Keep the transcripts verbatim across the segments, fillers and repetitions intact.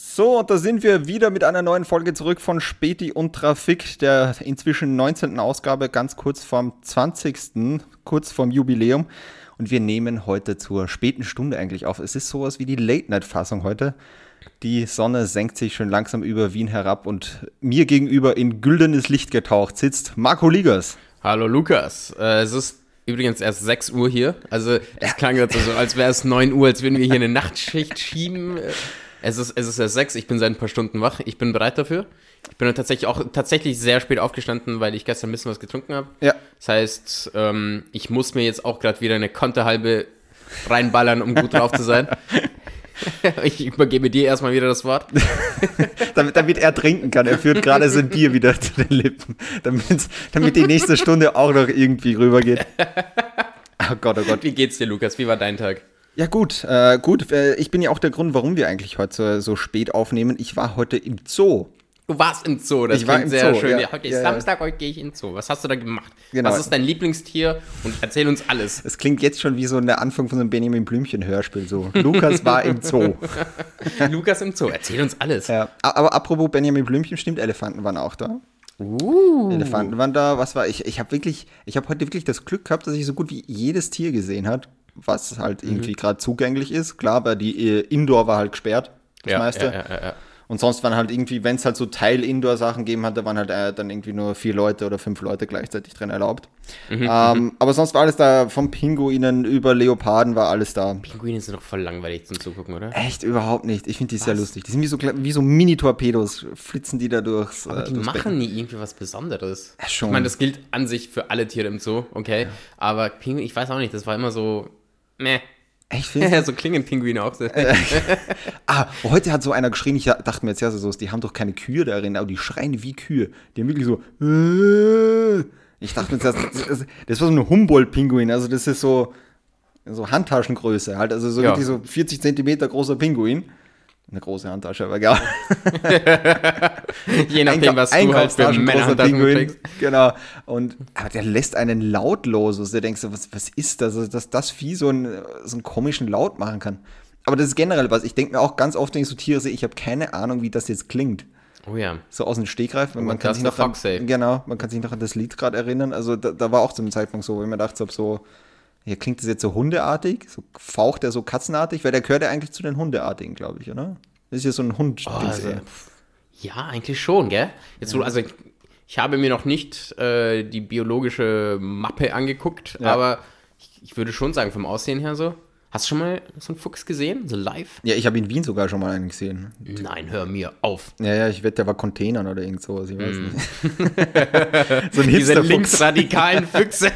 So, und da sind wir wieder mit einer neuen Folge zurück von Späti und Trafik, der inzwischen neunzehnten Ausgabe, ganz kurz vorm zwanzigsten, kurz vorm Jubiläum. Und wir nehmen heute zur späten Stunde eigentlich auf. Es ist sowas wie die Late-Night-Fassung heute. Die Sonne senkt sich schon langsam über Wien herab und mir gegenüber in güldenes Licht getaucht sitzt Marco Liegers. Hallo Lukas, äh, es ist übrigens erst sechs Uhr hier, also es klang jetzt so, als wäre es neun Uhr, als würden wir hier eine Nachtschicht schieben. Es ist, es ist erst sechs, ich bin seit ein paar Stunden wach, ich bin bereit dafür. Ich bin tatsächlich auch tatsächlich sehr spät aufgestanden, weil ich gestern ein bisschen was getrunken habe. Ja. Das heißt, ähm, ich muss mir jetzt auch gerade wieder eine Konterhalbe reinballern, um gut drauf zu sein. Ich übergebe dir erstmal wieder das Wort. damit, damit er trinken kann. Er führt gerade sein Bier wieder zu den Lippen, damit, damit die nächste Stunde auch noch irgendwie rübergeht. Oh Gott, oh Gott. Wie geht's dir, Lukas? Wie war dein Tag? Ja gut, äh, gut. Äh, ich bin ja auch der Grund, warum wir eigentlich heute so spät aufnehmen. Ich war heute im Zoo. Du warst im Zoo, das ich war klingt sehr Zoo, schön. ja. Ja, heute ist ja, Samstag, heute gehe ich in den Zoo. Was hast du da gemacht? Genau. Was ist dein Lieblingstier? Und erzähl uns alles. Es klingt jetzt schon wie so der Anfang von so einem Benjamin Blümchen-Hörspiel. So. Lukas war im Zoo. Lukas im Zoo, erzähl uns alles. Ja. Aber apropos Benjamin Blümchen, stimmt, Elefanten waren auch da. Uh. Elefanten waren da, was war ich? Ich habe wirklich, ich habe heute wirklich das Glück gehabt, dass ich so gut wie jedes Tier gesehen habe, was halt irgendwie mhm. gerade zugänglich ist. Klar, aber die äh, Indoor war halt gesperrt, das ja, meiste. Ja, ja, ja, ja. Und sonst waren halt irgendwie, wenn es halt so Teil-Indoor-Sachen gegeben hat, da waren halt äh, dann irgendwie nur vier Leute oder fünf Leute gleichzeitig drin erlaubt. Mhm, ähm, aber sonst war alles da, vom Pinguinen über Leoparden war alles da. Pinguine sind doch voll langweilig zum Zugucken, oder? Echt, überhaupt nicht. Ich finde die was? sehr lustig. Die sind wie so, wie so Mini-Torpedos, flitzen die da durchs Aber die äh, durchs machen Becken. nie irgendwie was Besonderes. Ja, schon. Ich meine, das gilt an sich für alle Tiere im Zoo, okay? Ja. Aber Pinguine, ich weiß auch nicht, das war immer so, meh. Echt? Ja, so klingen Pinguine auch. ah, heute hat so einer geschrien, ich dachte mir jetzt ja so, die haben doch keine Kühe darin, aber die schreien wie Kühe. Die haben wirklich so, äh. Ich dachte mir, das, das, das war so ein Humboldt-Pinguin, also das ist so, so Handtaschengröße halt, also so ja. wirklich so vierzig Zentimeter großer Pinguin. Eine große Handtasche, aber egal. Je nachdem, was du halt für Männerhandtaschen kriegst. Genau. Und, aber der lässt einen lautlos. Also du denkst, was, was ist das? Also, dass das Vieh so einen, so einen komischen Laut machen kann. Aber das ist generell was. Ich denke mir auch ganz oft, wenn ich so Tiere sehe, ich habe keine Ahnung, wie das jetzt klingt. Oh ja. So aus dem Stegreif. Man, man kann sich noch an, genau, man kann sich noch an das Lied gerade erinnern. Also da, da war auch zum Zeitpunkt so, wo ich mir dachte, so, hier klingt das jetzt so hundeartig, so faucht er so katzenartig, weil der gehört ja eigentlich zu den Hundeartigen, glaube ich, oder? Das ist ja so ein Hund. Oh, also, ja, eigentlich schon, gell? Jetzt, ja. Also ich, ich habe mir noch nicht äh, die biologische Mappe angeguckt, ja. aber ich, ich würde schon sagen, vom Aussehen her so. Hast du schon mal so einen Fuchs gesehen, so live? Ja, ich habe in Wien sogar schon mal einen gesehen. Nein, hör mir auf. Ja, ja, ich wette, der war Containern oder irgend sowas, ich weiß mm. nicht. So ein Diese linksradikalen Füchse.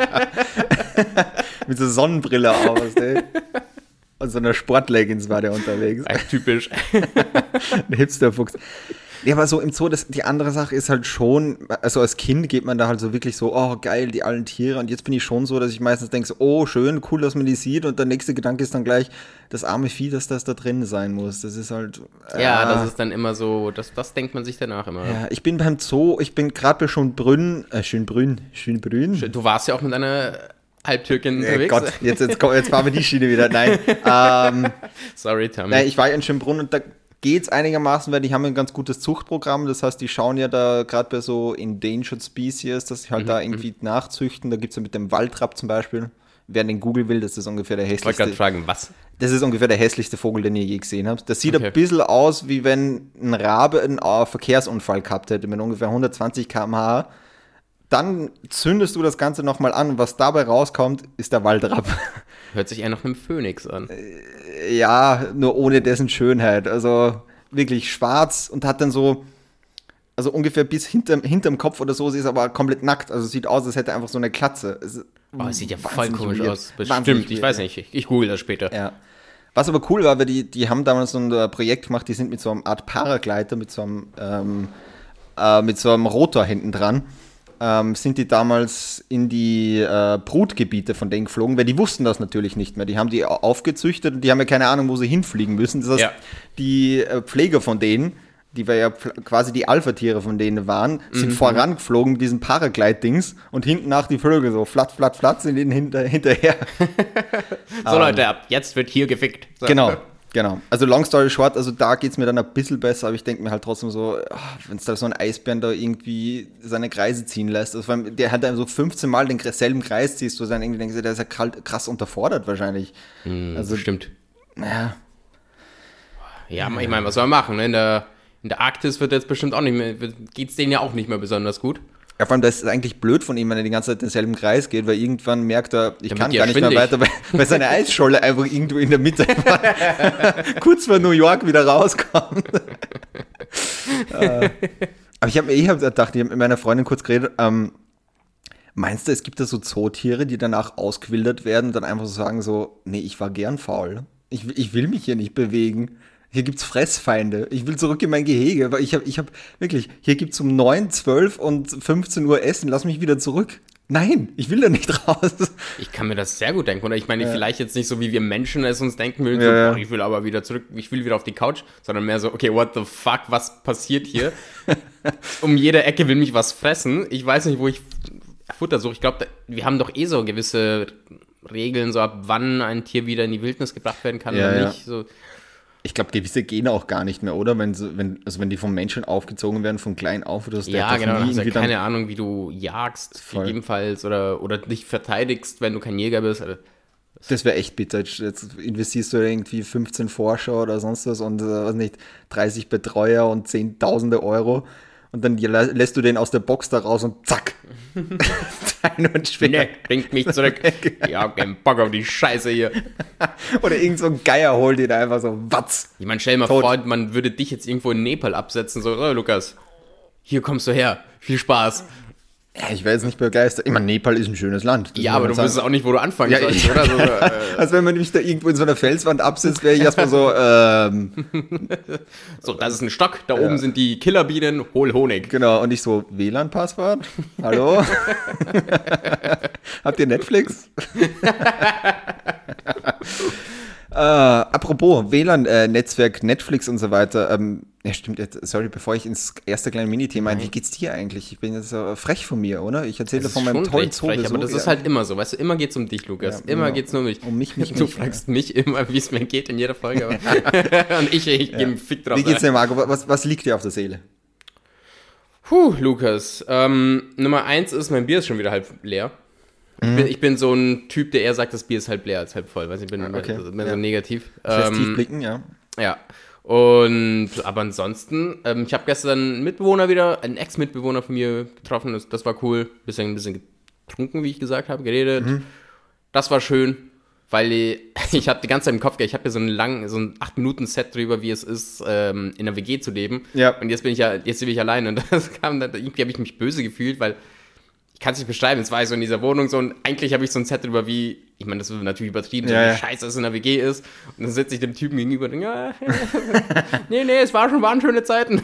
Mit so Sonnenbrille auf, ey. Und so einer Sportleggings war der unterwegs. Ja, typisch. Ein Hipsterfuchs. Ja, aber so im Zoo, das, die andere Sache ist halt schon, also als Kind geht man da halt so wirklich so, oh geil, die alten Tiere. Und jetzt bin ich schon so, dass ich meistens denke so, oh schön, cool, dass man die sieht. Und der nächste Gedanke ist dann gleich, das arme Vieh, dass das da drin sein muss. Das ist halt... Äh, ja, das ist dann immer so, das, das denkt man sich danach immer. Ja, ich bin beim Zoo, ich bin gerade bei Schönbrünn, äh, Schönbrünn, Schönbrünn. Du warst ja auch mit einer... Halbtürken äh, unterwegs. Gott, jetzt, jetzt, jetzt fahren wir die Schiene wieder. Nein. ähm, Sorry, Tommy. Nein, ich war ja in Schönbrunn und da geht's einigermaßen, weil die haben ein ganz gutes Zuchtprogramm. Das heißt, die schauen ja da gerade bei so Endangered Species, dass sie halt mhm, da irgendwie m- nachzüchten. Da gibt's ja mit dem Waldrapp zum Beispiel. Wer den Google will, das ist ungefähr der hässlichste. Ich wollte gerade fragen, was? Das ist ungefähr der hässlichste Vogel, den ihr je gesehen habt. Das sieht okay. ein bisschen aus, wie wenn ein Rabe einen uh, Verkehrsunfall gehabt hätte mit ungefähr hundertzwanzig Kilometer pro Stunde. Dann zündest du das Ganze nochmal an und was dabei rauskommt, ist der Waldrapp. Hört sich eher nach einem Phönix an. Ja, nur ohne dessen Schönheit. Also wirklich schwarz und hat dann so, also ungefähr bis hinterm, hinterm Kopf oder so, sie ist aber komplett nackt. Also sieht aus, als hätte er einfach so eine Klatze. Es oh, es sieht ja voll komisch weird. aus. Bestimmt, ich weiß nicht, ich, ich google das später. Ja. Was aber cool war, weil die, die haben damals so ein Projekt gemacht, die sind mit so einer Art Paragleiter, mit so einem, ähm, äh, mit so einem Rotor hinten dran. Ähm, sind die damals in die äh, Brutgebiete von denen geflogen, weil die wussten das natürlich nicht mehr. Die haben die aufgezüchtet und die haben ja keine Ahnung, wo sie hinfliegen müssen. Das heißt, ja. die äh, Pfleger von denen, die wir ja quasi die Alpha-Tiere von denen waren, sind mhm. vorangeflogen mit diesen Paraglide-Dings und hinten nach die Vögel so flatt, flatt, flatt sind ihnen hinter, hinterher. So um, Leute, ab jetzt wird hier gefickt. So. Genau. Genau. Also long story short, also da geht es mir dann ein bisschen besser, aber ich denke mir halt trotzdem so, wenn es da so ein Eisbären da irgendwie seine Kreise ziehen lässt, also vor allem, der hat dann so fünfzehn Mal denselben Kreis ziehst, du dann irgendwie denkst, der ist ja krass unterfordert wahrscheinlich. Mm, also stimmt. Ja. Ja, ich meine, was soll man machen? Ne? In der, in der Arktis wird jetzt bestimmt auch nicht mehr, geht es denen ja auch nicht mehr besonders gut. Ja, vor allem, das ist eigentlich blöd von ihm, wenn er die ganze Zeit denselben Kreis geht, weil irgendwann merkt er, ich Damit kann ja gar nicht mehr schwindig. weiter, weil, weil seine Eisscholle einfach irgendwo in der Mitte kurz vor New York wieder rauskommt. äh, aber ich habe ich hab gedacht, ich habe mit meiner Freundin kurz geredet, ähm, meinst du, es gibt da so Zootiere, die danach ausgewildert werden und dann einfach so sagen so, nee, ich war gern faul, ich, ich will mich hier nicht bewegen. Hier gibt's Fressfeinde. Ich will zurück in mein Gehege, weil ich habe ich hab wirklich, hier gibt's um neun, zwölf und fünfzehn Uhr Essen. Lass mich wieder zurück. Nein, ich will da nicht raus. Ich kann mir das sehr gut denken. Oder ich meine, Ja. vielleicht jetzt nicht so, wie wir Menschen es uns denken würden, Ja, so, ja. boah, ich will aber wieder zurück, ich will wieder auf die Couch, sondern mehr so, okay, what the fuck, was passiert hier? Um jede Ecke will mich was fressen. Ich weiß nicht, wo ich Futter suche. Ich glaube, wir haben doch eh so gewisse Regeln, so ab wann ein Tier wieder in die Wildnis gebracht werden kann Ja, oder ja. nicht. So. Ich glaube, gewisse gehen auch gar nicht mehr, oder? Wenn, sie- wenn, also wenn die vom Menschen aufgezogen werden, von klein auf, oder so, Ja, darf genau, nie dann hast du ja irgendwie dann- keine Ahnung, wie du jagst, Voll. gegebenenfalls, oder, oder dich verteidigst, wenn du kein Jäger bist. Also, Das wäre echt bitter. Jetzt jetzt investierst du irgendwie fünfzehn Forscher oder sonst was und, äh, weiß nicht, dreißig Betreuer und zehntausende Euro. Und dann lä- lässt du den aus der Box da raus und zack. Sein und schwer. nee, bringt mich zurück. Ich hab keinen Bock auf die Scheiße hier. Oder irgend so ein Geier holt den einfach so, watz. Ich meine, stell dir mal Tot. vor, man würde dich jetzt irgendwo in Nepal absetzen, so, oh, Lukas, hier kommst du her, viel Spaß. Ja, ich wäre jetzt nicht begeistert. Ich meine, Nepal ist ein schönes Land. Das Ja, muss aber man du sagen. wüsstest auch nicht, wo du anfangen Ja, sollst, ich- oder? So, so, äh, Also wenn man mich da irgendwo in so einer Felswand absetzt, wäre ich erstmal so, ähm, so, das ist ein Stock, da oben sind die Killerbienen, hol Honig. genau, und ich so, W L A N-Passwort? Hallo? Habt ihr Netflix? äh, apropos W L A N-Netzwerk, Netflix und so weiter. Ähm, ja, stimmt, jetzt, sorry, bevor ich ins erste kleine Minithema ein, wie geht's dir eigentlich? Ich bin jetzt so frech von mir, oder? Ich erzähle Das von ist meinem schon tollen recht frech, Zoo-Besuch. aber das ist Ja. halt immer so, weißt du, immer geht's um dich, Lukas. Ja, immer genau. geht's nur um mich. Um mich, mich, Du mich, fragst mich immer, wie es mir geht in jeder Folge, aber und ich, ich gebe einen Fick drauf. Wie geht's dir, Marco? Was, was liegt dir auf der Seele? Puh, Lukas. Ähm, Nummer eins ist, mein Bier ist schon wieder halb leer. Ich, bin, ich bin so ein Typ, der eher sagt, das Bier ist halb leer als halb voll. Weiß nicht, ich bin Okay. mehr, mehr Ja. so negativ. Lässt tief Ähm, blicken, ja. ja. Und, aber ansonsten, ähm, ich habe gestern einen Mitbewohner wieder, einen Ex-Mitbewohner von mir getroffen. Das, das war cool. Bisschen, ein bisschen getrunken, wie ich gesagt habe, geredet. Das war schön, weil ich, ich habe die ganze Zeit im Kopf, ich habe ja so einen langen, so ein acht Minuten Set drüber, wie es ist, ähm, in einer W G zu leben. Ja. Und jetzt bin ich ja, jetzt bin ich allein und das kam dann, irgendwie habe ich mich böse gefühlt, weil ich kann es nicht beschreiben, jetzt war ich so in dieser Wohnung so und eigentlich habe ich so ein Set drüber, wie, ich meine, das ist natürlich übertrieben, so Ja, wie ja. scheiße es in einer W G ist. Und dann sitze ich dem Typen gegenüber und denke, ja, nee, nee, es war schon, waren schöne Zeiten.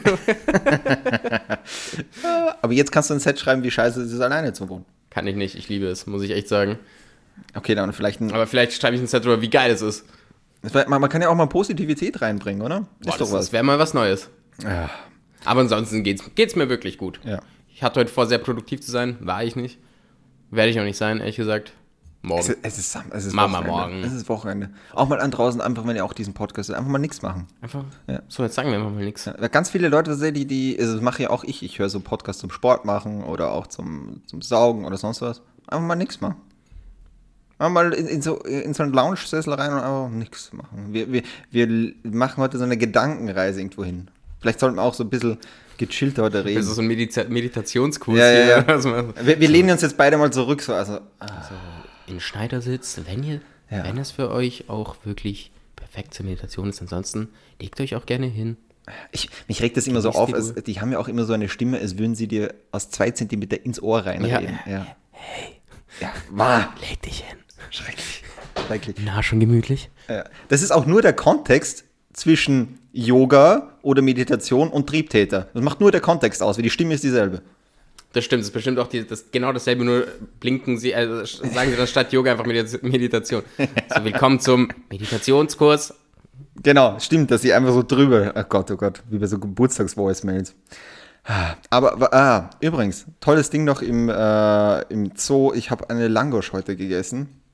Aber jetzt kannst du ein Set schreiben, wie scheiße es ist, alleine zu wohnen. Kann ich nicht, ich liebe es, muss ich echt sagen. Okay, dann vielleicht ein. Aber vielleicht schreibe ich ein Set drüber, wie geil es ist. Das war- Man, man kann ja auch mal Positivität reinbringen, oder? Boah, Ist das, doch das was. wäre mal was Neues. Ja. Aber ansonsten geht's, geht's mir wirklich gut. ja. Ich hatte heute vor, sehr produktiv zu sein, war ich nicht. Werde ich auch nicht sein, ehrlich gesagt. Morgen. Es, ist- es ist, Sam- es ist Mama Wochenende. morgen. Es ist Wochenende. Auch mal an draußen, einfach wenn ihr auch diesen Podcast hört, einfach mal nichts machen. Einfach, Ja. so, jetzt sagen wir einfach mal nichts. Ja, ganz viele Leute, die, die, also das mache ja auch ich, ich höre so Podcasts zum Sport machen oder auch zum, zum Saugen oder sonst was. Einfach mal nichts machen. Einfach mal in, in, so, in so einen Lounge-Sessel rein und einfach nichts machen. Wir, wir, wir machen heute so eine Gedankenreise irgendwo hin. Vielleicht sollten wir auch so ein bisschen gechillter heute reden. Das ist so ein Medita- Meditationskurs Ja, ja, hier. ja. Also man- wir, wir lehnen uns jetzt beide mal zurück. So, also, ah, in Schneidersitz, wenn ihr, Ja. wenn es für euch auch wirklich perfekt zur Meditation ist, ansonsten legt euch auch gerne hin. ich, mich regt das immer so Genießt auf. die Als, die haben ja auch immer so eine Stimme, als würden sie dir aus zwei Zentimeter ins Ohr reinreden. Ja. Ja. Hey. Ja, wahr. Leg dich hin. Schrecklich. Schrecklich. Na, schon gemütlich? Ja. Das ist auch nur der Kontext zwischen Yoga oder Meditation und Triebtäter. Das macht nur der Kontext aus, weil die Stimme ist dieselbe. Das stimmt, das ist bestimmt auch die, das, genau dasselbe, nur blinken sie, also sagen sie dann statt Yoga einfach Medita- Meditation. So, willkommen zum Meditationskurs. Genau, stimmt, dass sie einfach so drüber, oh Gott, oh Gott, wie bei so Geburtstags-Voicemails. Aber, ah, übrigens, tolles Ding noch im, äh, im Zoo, ich habe eine Langosch heute gegessen.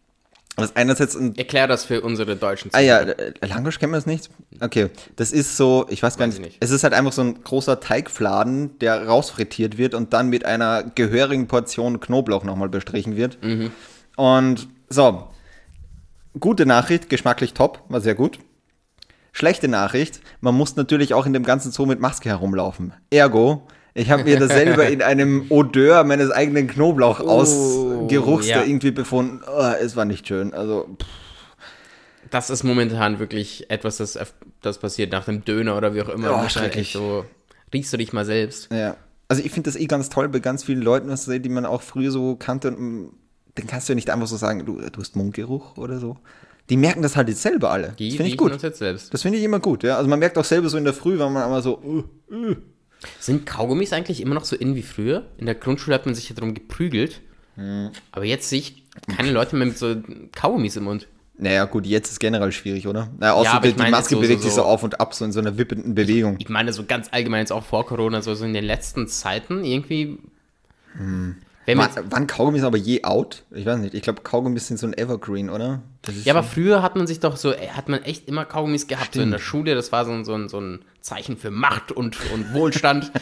Was einerseits ein Erklär das für unsere deutschen Ah ja, Zuhörer. äh, Langosch kennen wir das nicht? Okay, das ist so, ich weiß gar Weiß nicht, ich nicht. es ist halt einfach so ein großer Teigfladen, der rausfrittiert wird und dann mit einer gehörigen Portion Knoblauch nochmal bestrichen wird. Und so, gute Nachricht, geschmacklich top, war sehr gut. Schlechte Nachricht, man muss natürlich auch in dem ganzen Zoo mit Maske herumlaufen. Ergo, ich habe mir das selber in einem Odeur meines eigenen Knoblauch ausgeruchs ja. da irgendwie befunden. Oh, es war nicht schön, also pff. Das ist momentan wirklich etwas, das, das passiert nach dem Döner oder wie auch immer. Oh, Das ist halt schrecklich. echt So, riechst du dich mal selbst. Ja, also ich finde das eh ganz toll bei ganz vielen Leuten, was du, die man auch früher so kannte. Und, mm, den kannst du ja nicht einfach so sagen, du, du hast Mundgeruch oder so. Die merken das halt jetzt selber alle. Die das finde ich riechen gut. uns jetzt selbst. Das finde ich immer gut, ja. Also man merkt auch selber so in der Früh, wenn man einmal so, uh, Sind Kaugummis eigentlich immer noch so in wie früher? In der Grundschule hat man sich ja darum geprügelt. Aber jetzt sehe ich keine Leute mehr mit so Kaugummis im Mund. naja gut, jetzt ist generell schwierig, oder? Naja, außer Ja, aber die, ich meine die Maske jetzt so- bewegt so- sich so so- auf und ab, so in so einer wippenden Bewegung. Ich meine so ganz allgemein jetzt auch vor Corona, so, so in den letzten Zeiten irgendwie... Wenn man Ma- jetzt, Waren Kaugummis aber je out? Ich weiß nicht, ich glaube Kaugummis sind so ein Evergreen, oder? Das ist ja, aber so- früher hat man sich doch so, äh, hat man echt immer Kaugummis gehabt, so in der Schule, das war so, ein- so, ein, so ein Zeichen für Macht und, und Wohlstand.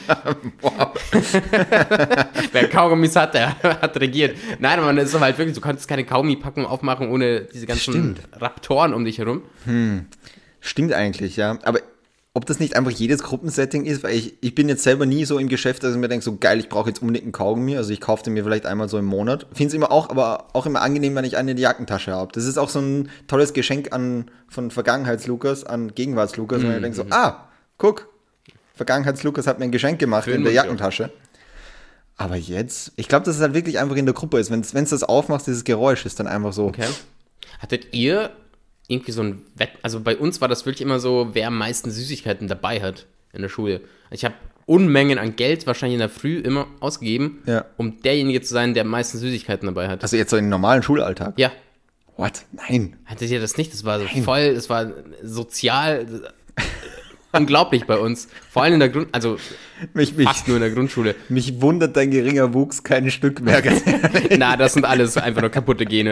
Wer Kaugummis hat, der hat regiert. Nein, man ist halt wirklich, du kannst keine Kaugummipackung aufmachen ohne diese ganzen Stimmt. Raptoren um dich herum. Stimmt eigentlich, ja. Aber ob das nicht einfach jedes Gruppensetting ist, weil ich, ich bin jetzt selber nie so im Geschäft, dass ich mir denke, so geil, ich brauche jetzt unbedingt einen Kaugummi. Also ich kaufe den mir vielleicht einmal so im Monat. Finde es immer auch, aber auch immer angenehm, wenn ich einen in die Jackentasche habe. Das ist auch so ein tolles Geschenk an, von Vergangenheits-Lukas an Gegenwarts-Lukas, wenn ich denke so, ah, guck, Vergangenheits-Lukas hat mir ein Geschenk gemacht Für den in der Mund, ja. Jackentasche. Aber jetzt, ich glaube, dass es halt wirklich einfach in der Gruppe ist. Wenn du das aufmachst, dieses Geräusch ist dann einfach so. Okay. Hattet ihr irgendwie so ein Wett... Also bei uns war das wirklich immer so, wer am meisten Süßigkeiten dabei hat in der Schule. Ich habe Unmengen an Geld wahrscheinlich in der Früh immer ausgegeben, Ja. um derjenige zu sein, der am meisten Süßigkeiten dabei hat. Also jetzt so im normalen Schulalltag. Ja. What? Nein. Hattet ihr das nicht? Das war so voll, das war sozial unglaublich bei uns. Vor allem in der Grund... Also Mich, mich, fast nur in der Grundschule. mich wundert dein geringer Wuchs kein Stück mehr. Na, das sind alles einfach nur kaputte Gene.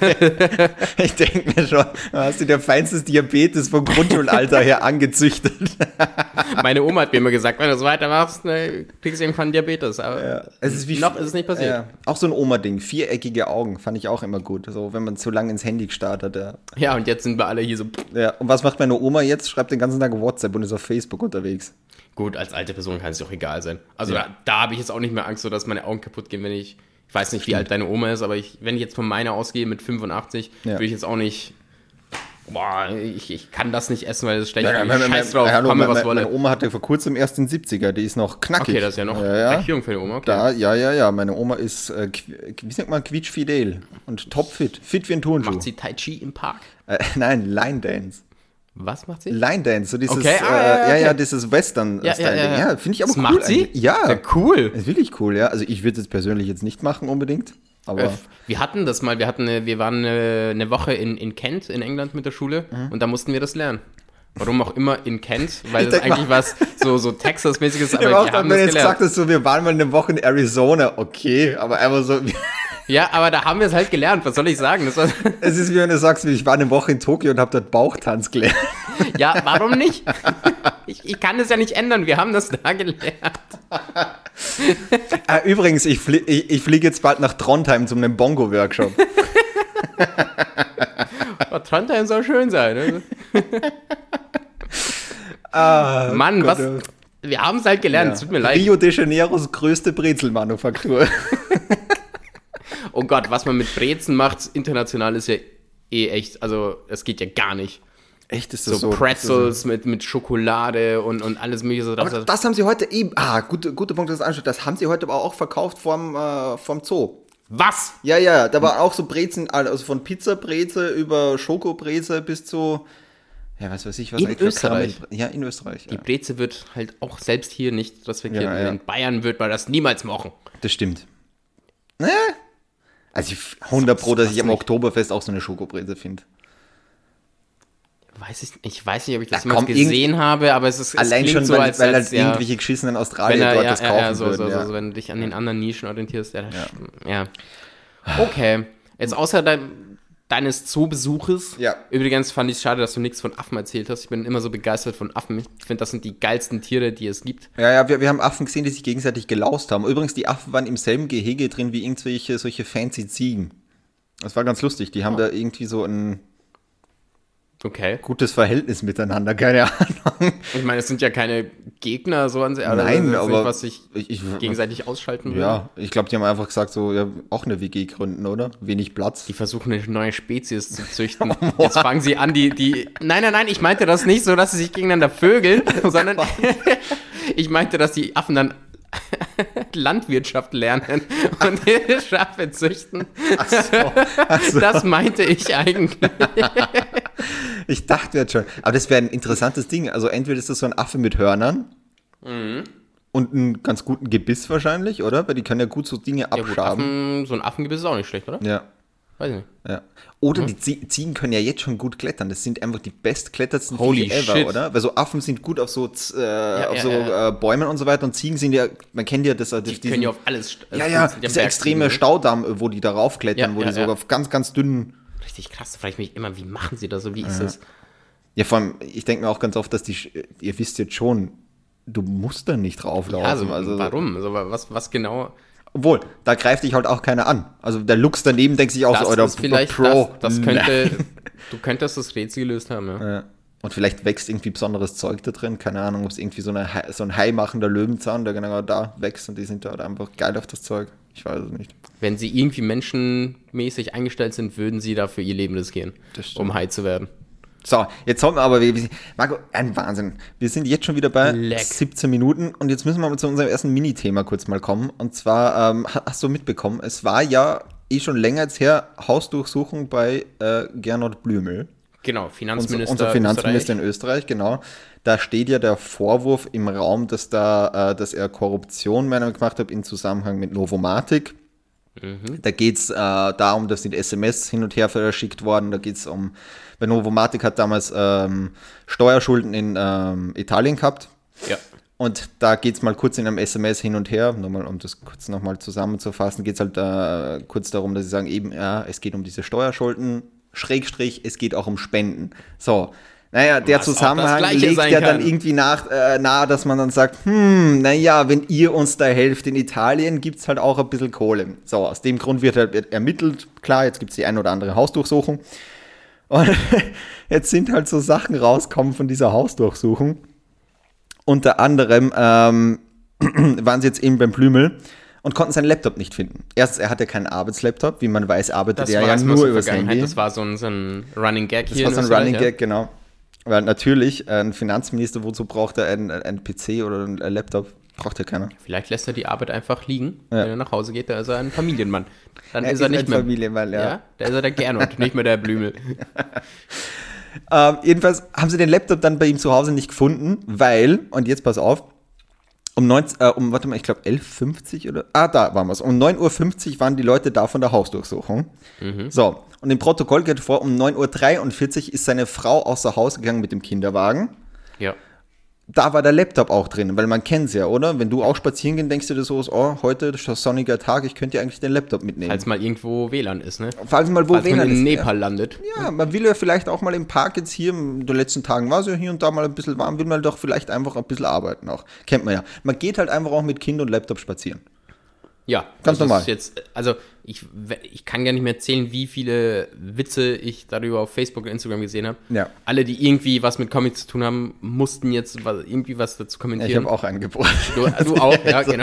Ich denke mir schon, da hast du der feinstes Diabetes vom Grundschulalter her angezüchtet. Meine Oma hat mir immer gesagt, wenn du so weitermachst, ne, kriegst du irgendwann Diabetes. Aber Ja, es ist wie noch ist es nicht passiert. Ja, auch so ein Oma-Ding. Viereckige Augen fand ich auch immer gut. So, wenn man zu lange ins Handy gestarrt hat. Ja. Ja, und jetzt sind wir alle hier so, Ja. Und was macht meine Oma jetzt? Schreibt den ganzen Tag WhatsApp und ist auf Facebook unterwegs. gut, als alte Person kann es doch egal sein. Also Ja. da, da habe ich jetzt auch nicht mehr Angst, so dass meine Augen kaputt gehen, wenn ich, ich weiß nicht, wie alt deine Oma ist, aber ich, wenn ich jetzt von meiner ausgehe mit fünfundachtzig, Ja. würde ich jetzt auch nicht, boah, ich, ich kann das nicht essen, weil das ist schlecht. Ja, ich meine, scheiß drauf, hallo, komme, meine, was wolle. meine Oma hatte vor kurzem erst den siebziger, die ist noch knackig. Okay, das ist ja noch ja, ja. recht jung für eine Oma, okay. Da, ja, ja, ja. Meine Oma ist, äh, qu- wie sagt man, quietschfidel und topfit. Fit wie ein Turnschuh. Macht sie Tai Chi im Park? Äh, nein, Line Dance. Was macht sie? Line Dance, so dieses, Okay, ah, äh, ja, ja, ja, ja, okay. dieses Western-Style-Ding. Ja, Ja, ja, ja. finde ich aber Das cool. macht sie? eigentlich. Ja. Ja, cool. Ist wirklich cool, ja. Also ich würde es jetzt persönlich jetzt nicht machen unbedingt, aber Äh, Wir hatten das mal, wir hatten eine, wir waren eine, eine Woche in, in Kent in England mit der Schule und da mussten wir das lernen. Warum auch immer in Kent, weil Ich das denk eigentlich was so, so Texas-mäßiges, ich aber hab auch wir dann, haben wenn das du jetzt gelernt. gesagt hast, so, wir waren mal eine Woche in Arizona, okay, aber einfach so, Ja, aber da haben wir es halt gelernt, was soll ich sagen? Das war, es ist wie wenn du sagst, ich war eine Woche in Tokio und habe dort Bauchtanz gelernt. ja, warum nicht? Ich, ich kann das ja nicht ändern, wir haben das da gelernt. Ah, übrigens, ich, flie ich, ich fliege jetzt bald nach Trondheim zu einem Bongo-Workshop. Oh, Trondheim soll schön sein. Ne? Ah, Mann, Gott, was? Wir haben es halt gelernt, es tut mir leid. Rio de Janeiros größte Brezelmanufaktur. Oh Gott, was man mit Brezen macht, international ist ja eh echt, also es geht ja gar nicht. Echt, ist So, das so? Pretzels mit, mit Schokolade und, und alles mögliche. So, Aber das haben sie heute eben, ah, gut, guter Punkt, dass du das anschaust, das haben sie heute aber auch verkauft vom, äh, vom Zoo. was? Ja, ja, da war auch so Brezen, also von Pizzabreze über Schokobreze bis zu, ja, was weiß ich, was In eigentlich für Österreich? Karamell- Ja, in Österreich, Die ja. Breze wird halt auch selbst hier nicht respektiert. Ja, ja. In Bayern wird man das niemals machen. Das stimmt. Ne? Also ich hundert Pro, dass Was ich am nicht? Oktoberfest auch so eine Schokobreze finde. Weiß ich, ich weiß nicht, ob ich das Ja, jemals komm, gesehen habe, aber es ist es Allein klingt schon, so, weil, als, weil als halt ja, irgendwelche geschissenen wenn Australier er, dort ja, das ja, kaufen ja, so, würden. so, ja. so, so, wenn du dich an den anderen Nischen orientierst. Ja, das- ja. Okay. Jetzt außer deinem, deines Zoobesuches. Ja. Übrigens fand ich es schade, dass du nichts von Affen erzählt hast. Ich bin immer so begeistert von Affen. Ich finde, das sind die geilsten Tiere, die es gibt. Ja, ja, wir, wir haben Affen gesehen, die sich gegenseitig gelaust haben. Übrigens, die Affen waren im selben Gehege drin wie irgendwelche solche fancy Ziegen. Das war ganz lustig. Die haben oh. da irgendwie so ein okay. gutes Verhältnis miteinander, keine Ahnung. Ich meine, es sind ja keine Gegner, so an sich. Nein, aber nicht, was sich ich, ich, gegenseitig ausschalten will. Ja, ich glaube, die haben einfach gesagt, so ja, auch eine W G gründen, oder? Wenig Platz. Die versuchen, eine neue Spezies zu züchten. Jetzt fangen sie an, die, die... Nein, nein, nein, ich meinte das nicht so, dass sie sich gegeneinander vögeln, sondern ich meinte, dass die Affen dann Landwirtschaft lernen und Schafe züchten. Ach so, ach so. Das meinte ich eigentlich. Ich dachte jetzt schon. Aber das wäre ein interessantes Ding. Also entweder ist das so ein Affe mit Hörnern mhm. und einen ganz guten Gebiss wahrscheinlich, oder? Weil die können ja gut so Dinge abschaben. Ja, gut, Affen, so ein Affengebiss ist auch nicht schlecht, oder? Ja. Weiß nicht. Ja. Oder Mhm. die Zie- Ziegen können ja jetzt schon gut klettern. Das sind einfach die bestklettertsten Holy Viecher ever, shit. oder? Weil so Affen sind gut auf so, z- äh, ja, auf ja, so ja. Äh, Bäumen und so weiter. Und Ziegen sind ja, man kennt ja das. das Die diesen, können ja auf alles... st- ja, also ja, die haben dieser extreme Bergziegen, Staudamm, wo die da raufklettern, Ja, wo ja, die sogar ja. auf ganz, ganz dünnen... Richtig krass, da frage ich mich immer, wie machen sie das so? Wie ist das? Ja, vor allem, ich denke mir auch ganz oft, dass die, Sch- ihr wisst jetzt schon, du musst da nicht drauflaufen. Ja, also, also, warum? Also, was, was genau... Obwohl, da greift dich halt auch keiner an. Also der Lux daneben denkt sich auch Das so, oder ist vielleicht, Pro. das, das könnte... Du könntest das Rätsel gelöst haben, ja. Ja. Und vielleicht wächst irgendwie besonderes Zeug da drin. Keine Ahnung, ob es irgendwie so, eine, Hai- so ein haimachender Löwenzahn, der genau da wächst und die sind da halt einfach geil auf das Zeug. Ich weiß es nicht. Wenn sie irgendwie menschenmäßig eingestellt sind, würden sie dafür ihr Leben riskieren, Das stimmt. um Hai zu werden. So, jetzt haben wir aber, wir- wir- Marco, ein Wahnsinn. Wir sind jetzt schon wieder bei Leck. siebzehn Minuten und jetzt müssen wir mal zu unserem ersten Mini-Thema kurz mal kommen. Und zwar, ähm, ha- hast du mitbekommen, es war ja eh schon länger jetzt her Hausdurchsuchung bei äh, Gernot Blümel. Genau, Unser, Finanzminister unser Finanzminister Österreich. in Österreich, genau. Da steht ja der Vorwurf im Raum, dass, da, äh, dass er Korruption meiner gemacht hat im Zusammenhang mit Novomatic. Mhm. Da geht es äh, darum, dass sind S M S hin und her verschickt worden. Da geht es um, weil Novomatic hat damals ähm, Steuerschulden in ähm, Italien gehabt. Ja. Und da geht es mal kurz in einem S M S hin und her, nur mal, um das kurz nochmal zusammenzufassen, geht es halt äh, kurz darum, dass sie sagen, eben, ja, es geht um diese Steuerschulden, Schrägstrich, es geht auch um Spenden. So, naja, der Was auch das Zusammenhang Gleiche legt sein ja dann kann. irgendwie nach, äh, nahe, dass man dann sagt, hm, naja, wenn ihr uns da helft in Italien, gibt es halt auch ein bisschen Kohle. So, aus dem Grund wird halt ermittelt, klar, jetzt gibt es die ein oder andere Hausdurchsuchung. Und jetzt sind halt so Sachen rausgekommen von dieser Hausdurchsuchung. Unter anderem ähm, waren sie jetzt eben beim Blümel und konnten seinen Laptop nicht finden. Erstens, er hatte keinen Arbeitslaptop. Wie man weiß, arbeitet Das er war ja erstmal nur so übers Vergangenheit. Handy. Das war so ein, so ein Running Gag Das hier war so in ein Österreich, Running ja. Gag, genau. Weil natürlich, äh, ein Finanzminister, wozu braucht er einen, einen P C oder einen Laptop? Braucht ja keiner. Vielleicht lässt er die Arbeit einfach liegen, Ja. wenn er nach Hause geht, da ist er ein Familienmann. Dann Er ist er ist nicht ein mehr... Familienmann, ja. ja. Da ist er der Gernot, nicht mehr der Blümel. Ähm, jedenfalls haben sie den Laptop dann bei ihm zu Hause nicht gefunden, weil, und jetzt pass auf, um, neunzehn, äh, um warte mal, ich glaube elf Uhr fünfzig oder, ah, da waren wir es. Um neun Uhr fünfzig waren die Leute da von der Hausdurchsuchung. Mhm. So, und im Protokoll geht vor, um neun Uhr dreiundvierzig ist seine Frau außer Haus gegangen mit dem Kinderwagen. Ja. Da war der Laptop auch drin, weil man kennt es ja, oder? Wenn du auch spazieren gehen, denkst du dir so, oh, heute ist ein sonniger Tag, ich könnte ja eigentlich den Laptop mitnehmen. Falls mal irgendwo W L A N ist, ne? Falls mal wo Falls man W L A N in ist, Nepal landet. Ja, man will ja vielleicht auch mal im Park jetzt hier, in den letzten Tagen war es ja hier und da mal ein bisschen warm, will man doch vielleicht einfach ein bisschen arbeiten auch. Kennt man ja. Man geht halt einfach auch mit Kind und Laptop spazieren. Ja, Ganz das normal. Ist jetzt, also ich, ich kann gar nicht mehr erzählen, wie viele Witze ich darüber auf Facebook und Instagram gesehen habe. Ja. Alle, die irgendwie was mit Comics zu tun haben, mussten jetzt was, irgendwie was dazu Ja, kommentieren. ich habe auch einen gebraucht. Du, du auch, ja, genau.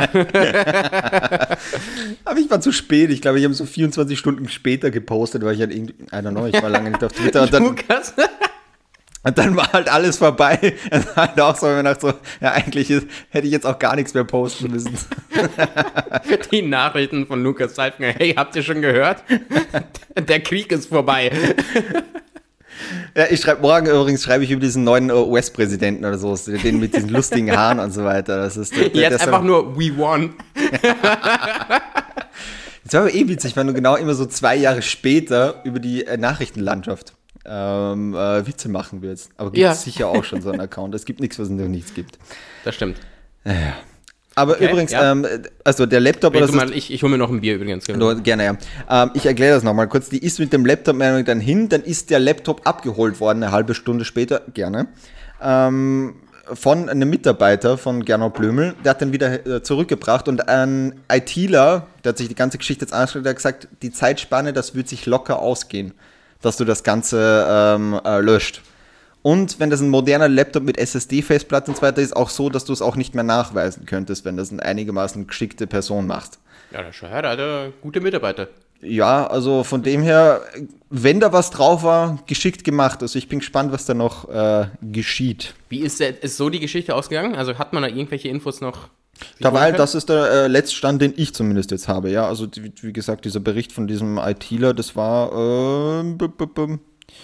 Aber ich war zu spät. Ich glaube, ich habe so vierundzwanzig Stunden später gepostet, weil ich halt irgendwie, I don't know, ich war lange nicht auf Twitter. Und dann, Lukas. und dann war halt alles vorbei. Und halt auch so, wenn man dachte so, ja, eigentlich ist, hätte ich jetzt auch gar nichts mehr posten müssen. Die Nachrichten von Lukas Seifner. Hey, habt ihr schon gehört? Der Krieg ist vorbei. Ja, ich schreibe morgen übrigens, schreibe ich über diesen neuen U S-Präsidenten oder so, den mit diesen lustigen Haaren und so weiter. Das ist der, der, Jetzt der einfach nur, we won. Das war aber eh witzig, wenn du genau immer so zwei Jahre später über die äh, Nachrichtenlandschaft ähm, äh, Witze machen willst. Aber gibt es Ja. sicher auch schon so einen Account. Es gibt nichts, was es noch nichts gibt. Das stimmt. Naja. Aber Okay, übrigens, ja. ähm, also der Laptop, Red das du ist mal, ich ich hole mir noch ein Bier übrigens. Du, gerne, ja. Ähm, ich erkläre das nochmal kurz. Die ist mit dem Laptop meiner Meinung nach dann hin, dann ist der Laptop abgeholt worden, eine halbe Stunde später, gerne, ähm, von einem Mitarbeiter von Gernot Blümel. Der hat den wieder äh, zurückgebracht und ein ITler, der hat sich die ganze Geschichte jetzt angeschaut, der hat gesagt, die Zeitspanne, das wird sich locker ausgehen, dass du das Ganze ähm, äh, löscht. Und wenn das ein moderner Laptop mit S S D-Festplatte und so weiter ist, auch so, dass du es auch nicht mehr nachweisen könntest, wenn das eine einigermaßen geschickte Person macht. Ja, der Scheuer, der hat ja gute Mitarbeiter. Ja, also von dem her, wenn da was drauf war, geschickt gemacht. Also ich bin gespannt, was da noch äh, geschieht. Wie ist, der, ist so die Geschichte ausgegangen? Also hat man da irgendwelche Infos noch? Da war halt, das ist der äh, letzte Stand, den ich zumindest jetzt habe. Ja, also die, wie gesagt, dieser Bericht von diesem ITler, das war äh, b -b -b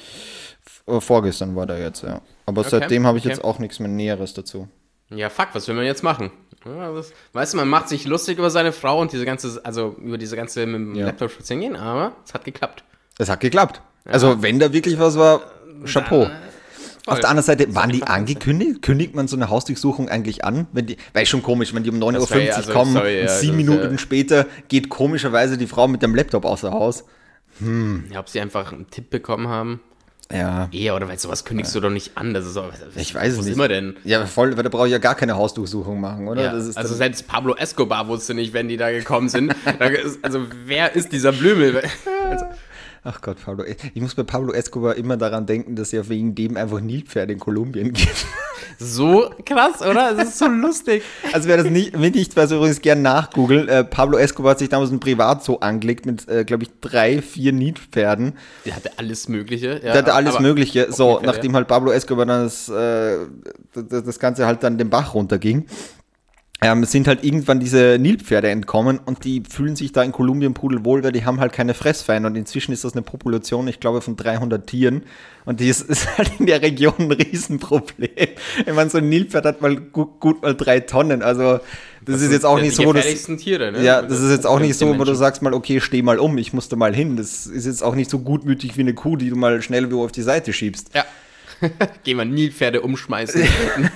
äh, vorgestern war der jetzt, ja. Aber Okay, seitdem habe ich okay. jetzt auch nichts mehr Näheres dazu. Ja, fuck, was will man jetzt machen? Ja, das, weißt du, man macht sich lustig über seine Frau und diese ganze, also über diese ganze mit dem Ja. Laptop spazieren gehen, aber es hat geklappt. Es hat geklappt. Also wenn da wirklich was war, Chapeau. Dann, äh, Auf der anderen Seite, waren die angekündigt? Kündigt man so eine Hausdurchsuchung eigentlich an? Wenn die, weil schon komisch, wenn die um neun Uhr Das wär ja- fünfzig also, kommen sorry, und ja, sieben das ist Minuten ja- später geht komischerweise die Frau mit dem Laptop außer Haus. Ja, ob sie einfach einen Tipp bekommen haben. Ja, Ja, oder weil sowas kündigst du doch nicht an. Das ist so, ich weiß es was nicht. immer denn? Ja, voll, weil da brauche ich ja gar keine Hausdurchsuchung machen, oder? Ja, Das ist also dann, selbst Pablo Escobar wusste nicht, wenn die da gekommen sind. Da ist, also wer ist dieser Blümel? Also, ach Gott, Pablo. Ich muss bei Pablo Escobar immer daran denken, dass ja wegen dem einfach Nilpferde in Kolumbien gibt. so krass, oder? Es ist so lustig. Also wer das nicht, wenn nicht, was übrigens gern nachgoogeln, äh, Pablo Escobar hat sich damals ein Privatzoo angelegt mit, äh, glaube ich, drei, vier Nilpferden. Der hatte alles Mögliche. Ja, Der hatte alles aber- Mögliche. So, Nilpferde, nachdem halt Pablo Escobar dann das, äh, das, das Ganze halt dann den Bach runterging, ähm, sind halt irgendwann diese Nilpferde entkommen und die fühlen sich da in Kolumbien pudelwohl, weil die haben halt keine Fressfeinde und inzwischen ist das eine Population, ich glaube, von dreihundert Tieren und die ist, ist halt in der Region ein Riesenproblem. Ich meine, so ein Nilpferd hat mal gut, gut mal drei Tonnen, also das, ist jetzt auch die nicht so, dass, gefährlichsten Tiere, ne? ja, das ist jetzt auch nicht so, wo du Menschen. sagst mal, okay, steh mal um, ich muss da mal hin. Das ist jetzt auch nicht so gutmütig wie eine Kuh, die du mal schnell wie auf die Seite schiebst. Ja. Gehen wir Nilpferde umschmeißen.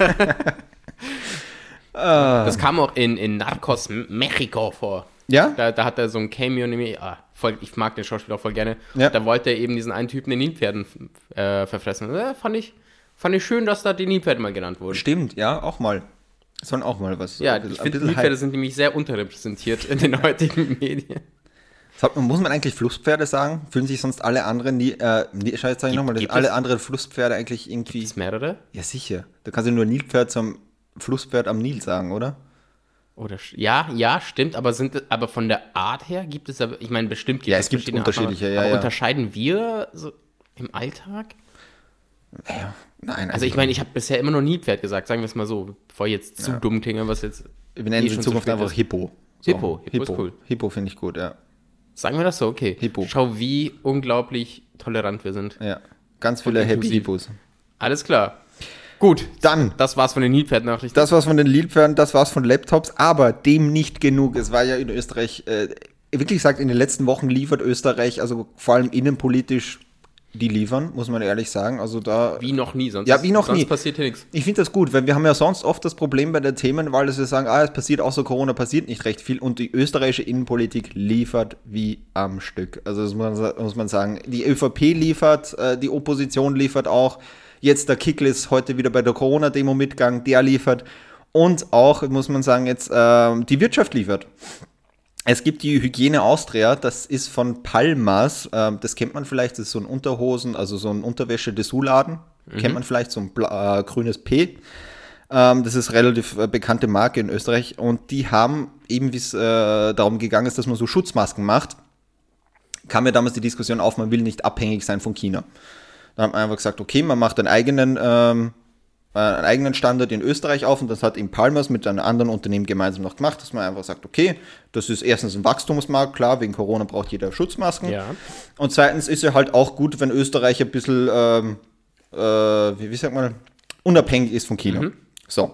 Das kam auch in, in Narcos Mexico vor. Ja? Da, da hat er so ein Cameo, nämlich, ah, voll, ich mag den Schauspieler auch voll gerne. Ja. Da wollte er eben diesen einen Typen den Nilpferden äh, verfressen. Ja, fand, ich, fand ich schön, dass da die Nilpferde mal genannt wurden. Stimmt, ja, auch mal. Sollen auch mal was. Ja, ein bisschen- ich ein finde, bisschen Nilpferde Hype. sind nämlich sehr unterrepräsentiert in den heutigen Medien. Sagt man- Muss man eigentlich Flusspferde sagen? Fühlen sich sonst alle anderen, Ni- äh, Ni- Scheiße, sag ich Gibt- nochmal, dass gibt alle es- anderen Flusspferde eigentlich irgendwie. Ist mehrere? Ja, sicher. Da kannst du nur Nilpferd zum Flusspferd am Nil sagen, oder? Oder sch- ja, ja, stimmt, aber sind aber von der Art her gibt es aber, ich meine, bestimmt gibt Ja, es gibt verschiedene Arten, unterschiedliche, aber, ja, aber ja. unterscheiden wir so im Alltag? Ja, nein. Also ich meine, ich habe bisher immer noch Nilpferd gesagt, sagen wir es mal so, bevor ich jetzt zu Ja. dumm klinge, was jetzt wir nennen eh es in schon zu Zukunft spät einfach ist. Hippo. Hippo, Hippo ist cool. Hippo finde ich gut, ja. Sagen wir das so, okay. Hippo. Schau, wie unglaublich tolerant wir sind. Ja. Ganz viele Und Happy inklusiv. Hippos. Alles klar. Gut, Dann. das war's von den Nilpferd-Nachrichten. Das war's von den Nilpferden, das war's von Laptops, aber dem nicht genug. Es war ja in Österreich, äh, wirklich gesagt, in den letzten Wochen liefert Österreich, also vor allem innenpolitisch, die liefern, muss man ehrlich sagen. Also da. Wie noch nie, sonst, Ja, wie noch sonst nie. passiert hier nichts. Ich finde das gut, weil wir haben ja sonst oft das Problem bei der Themenwahl, dass wir sagen, ah, es passiert außer Corona, passiert nicht recht viel und die österreichische Innenpolitik liefert wie am Stück. Also das muss man, muss man sagen. Die ÖVP liefert, äh, die Opposition liefert auch. Jetzt der Kickl ist heute wieder bei der Corona-Demo mitgegangen, der liefert. Und auch, muss man sagen, jetzt ähm, die Wirtschaft liefert. Es gibt die Hygiene Austria, das ist von Palmas, ähm, das kennt man vielleicht, das ist so ein Unterhosen, also so ein Unterwäsche-Dessous-Laden, mhm. kennt man vielleicht, so ein bla, äh, grünes P. Ähm, das ist relativ äh, bekannte Marke in Österreich und die haben, eben wie es äh, darum gegangen ist, dass man so Schutzmasken macht, kam ja damals die Diskussion auf, man will nicht abhängig sein von China. Da hat man einfach gesagt, okay, man macht einen eigenen, ähm, einen eigenen Standard in Österreich auf und das hat eben Palmas mit einem anderen Unternehmen gemeinsam noch gemacht, dass man einfach sagt, okay, das ist erstens ein Wachstumsmarkt, klar, wegen Corona braucht jeder Schutzmasken. Ja. Und zweitens ist ja halt auch gut, wenn Österreich ein bisschen, ähm, äh, wie, wie sagt man, unabhängig ist von China. Mhm. So.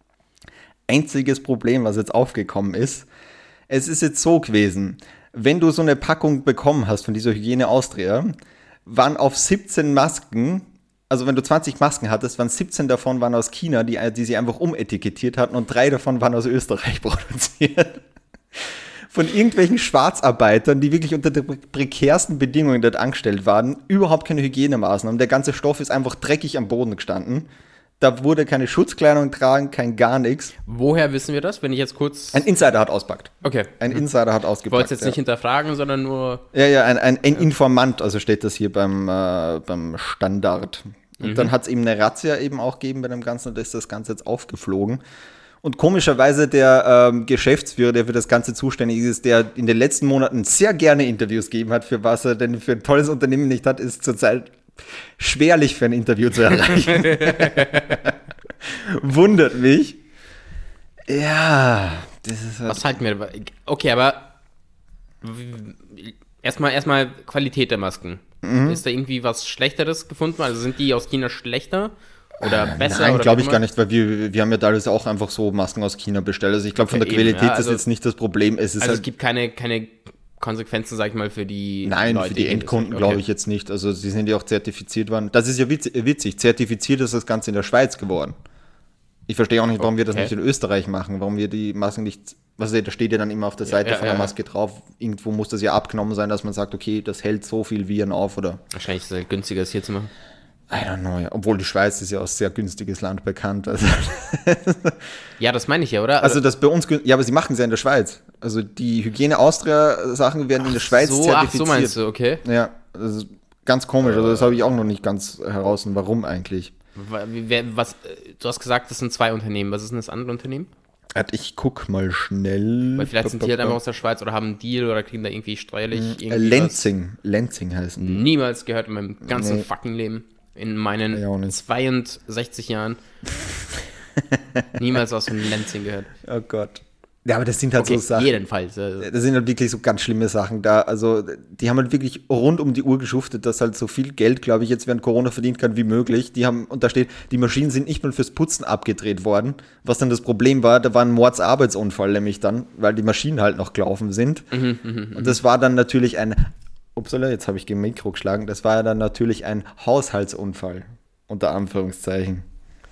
Einziges Problem, was jetzt aufgekommen ist, es ist jetzt so gewesen, wenn du so eine Packung bekommen hast von dieser Hygiene Austria, waren auf siebzehn Masken also wenn du zwanzig Masken hattest, waren siebzehn davon waren aus China, die, die sie einfach umetikettiert hatten und drei davon waren aus Österreich produziert. Von irgendwelchen Schwarzarbeitern, die wirklich unter den prekärsten Bedingungen dort angestellt waren, überhaupt keine Hygienemaßnahmen. Der ganze Stoff ist einfach dreckig am Boden gestanden. Da wurde keine Schutzkleidung tragen, kein gar nichts. Woher wissen wir das, wenn ich jetzt kurz... Ein Insider hat auspackt. Okay. Ein Insider hat Ich ausgepackt. wollte es jetzt ja. nicht hinterfragen, sondern nur... Ja, ja, ein, ein, ein Informant, also steht das hier beim, äh, beim Standard. Und Mhm. dann hat es eben eine Razzia eben auch gegeben bei dem Ganzen und da ist das Ganze jetzt aufgeflogen. Und komischerweise der ähm, Geschäftsführer, der für das Ganze zuständig ist, der in den letzten Monaten sehr gerne Interviews gegeben hat, für was er denn für ein tolles Unternehmen nicht hat, ist zurzeit schwerlich für ein Interview zu erreichen. Wundert mich. Ja, das ist halt Was halten wir? Okay, aber erstmal erstmal Qualität der Masken. Mhm. Ist da irgendwie was Schlechteres gefunden? Also sind die aus China schlechter oder besser? Nein, oder glaube wie ich auch gar immer? nicht, weil wir, wir haben ja teilweise auch einfach so Masken aus China bestellt. Also ich glaube, von Okay, der eben, Qualität ja, also- ist jetzt nicht das Problem. Es ist Also es halt, gibt keine, keine Konsequenzen, sag ich mal, für die nein, Leute, für die das- Endkunden okay. glaube ich jetzt nicht. Also sie sind ja auch zertifiziert worden. Das ist ja witzig, witzig. Zertifiziert ist das Ganze in der Schweiz geworden. Ich verstehe auch nicht, warum wir das Okay. nicht in Österreich machen, warum wir die Masken nicht, was da steht ja dann immer auf der Seite ja, von ja, der ja. Maske drauf. Irgendwo muss das ja abgenommen sein, dass man sagt, okay, das hält so viel Viren auf oder Wahrscheinlich ist es halt günstiger, es hier zu machen. I don't know. Ja. Obwohl die Schweiz ist ja als sehr günstiges Land bekannt. Also, Ja, das meine ich ja, oder? also das bei uns, gün- ja, aber sie machen es ja in der Schweiz. Also die Hygiene Austria Sachen werden in der Schweiz so, ach, zertifiziert. so meinst du, okay. Ja, das ist ganz komisch. Also das habe ich auch noch nicht ganz heraus. Warum eigentlich? Wa- wie- wer- Was, äh, du hast gesagt, das sind zwei Unternehmen. Was ist denn das andere Unternehmen? Warte, Ich guck mal schnell. Weil vielleicht sind die halt einfach aus der Schweiz oder haben einen Deal oder kriegen da irgendwie steuerlich Äh, irgendwie Lenzing. Lenzing heißen was. die. Niemals gehört in meinem ganzen Nee. fucking Leben. In meinen Ja, auch nicht. zweiundsechzig Jahren. Niemals aus dem Lenzing gehört. Oh Gott. Ja, aber das sind halt Okay, so Sachen. jedenfalls. Also, Das sind halt wirklich so ganz schlimme Sachen da. Also, die haben halt wirklich rund um die Uhr geschuftet, dass halt so viel Geld, glaube ich, jetzt während Corona verdient kann wie möglich. Die haben, und da steht, die Maschinen sind nicht mal fürs Putzen abgedreht worden. Was dann das Problem war, da war ein Mordsarbeitsunfall nämlich dann, weil die Maschinen halt noch gelaufen sind. Und das war dann natürlich ein, upsala, jetzt habe ich gegen Mikro geschlagen, das war ja dann natürlich ein Haushaltsunfall, unter Anführungszeichen.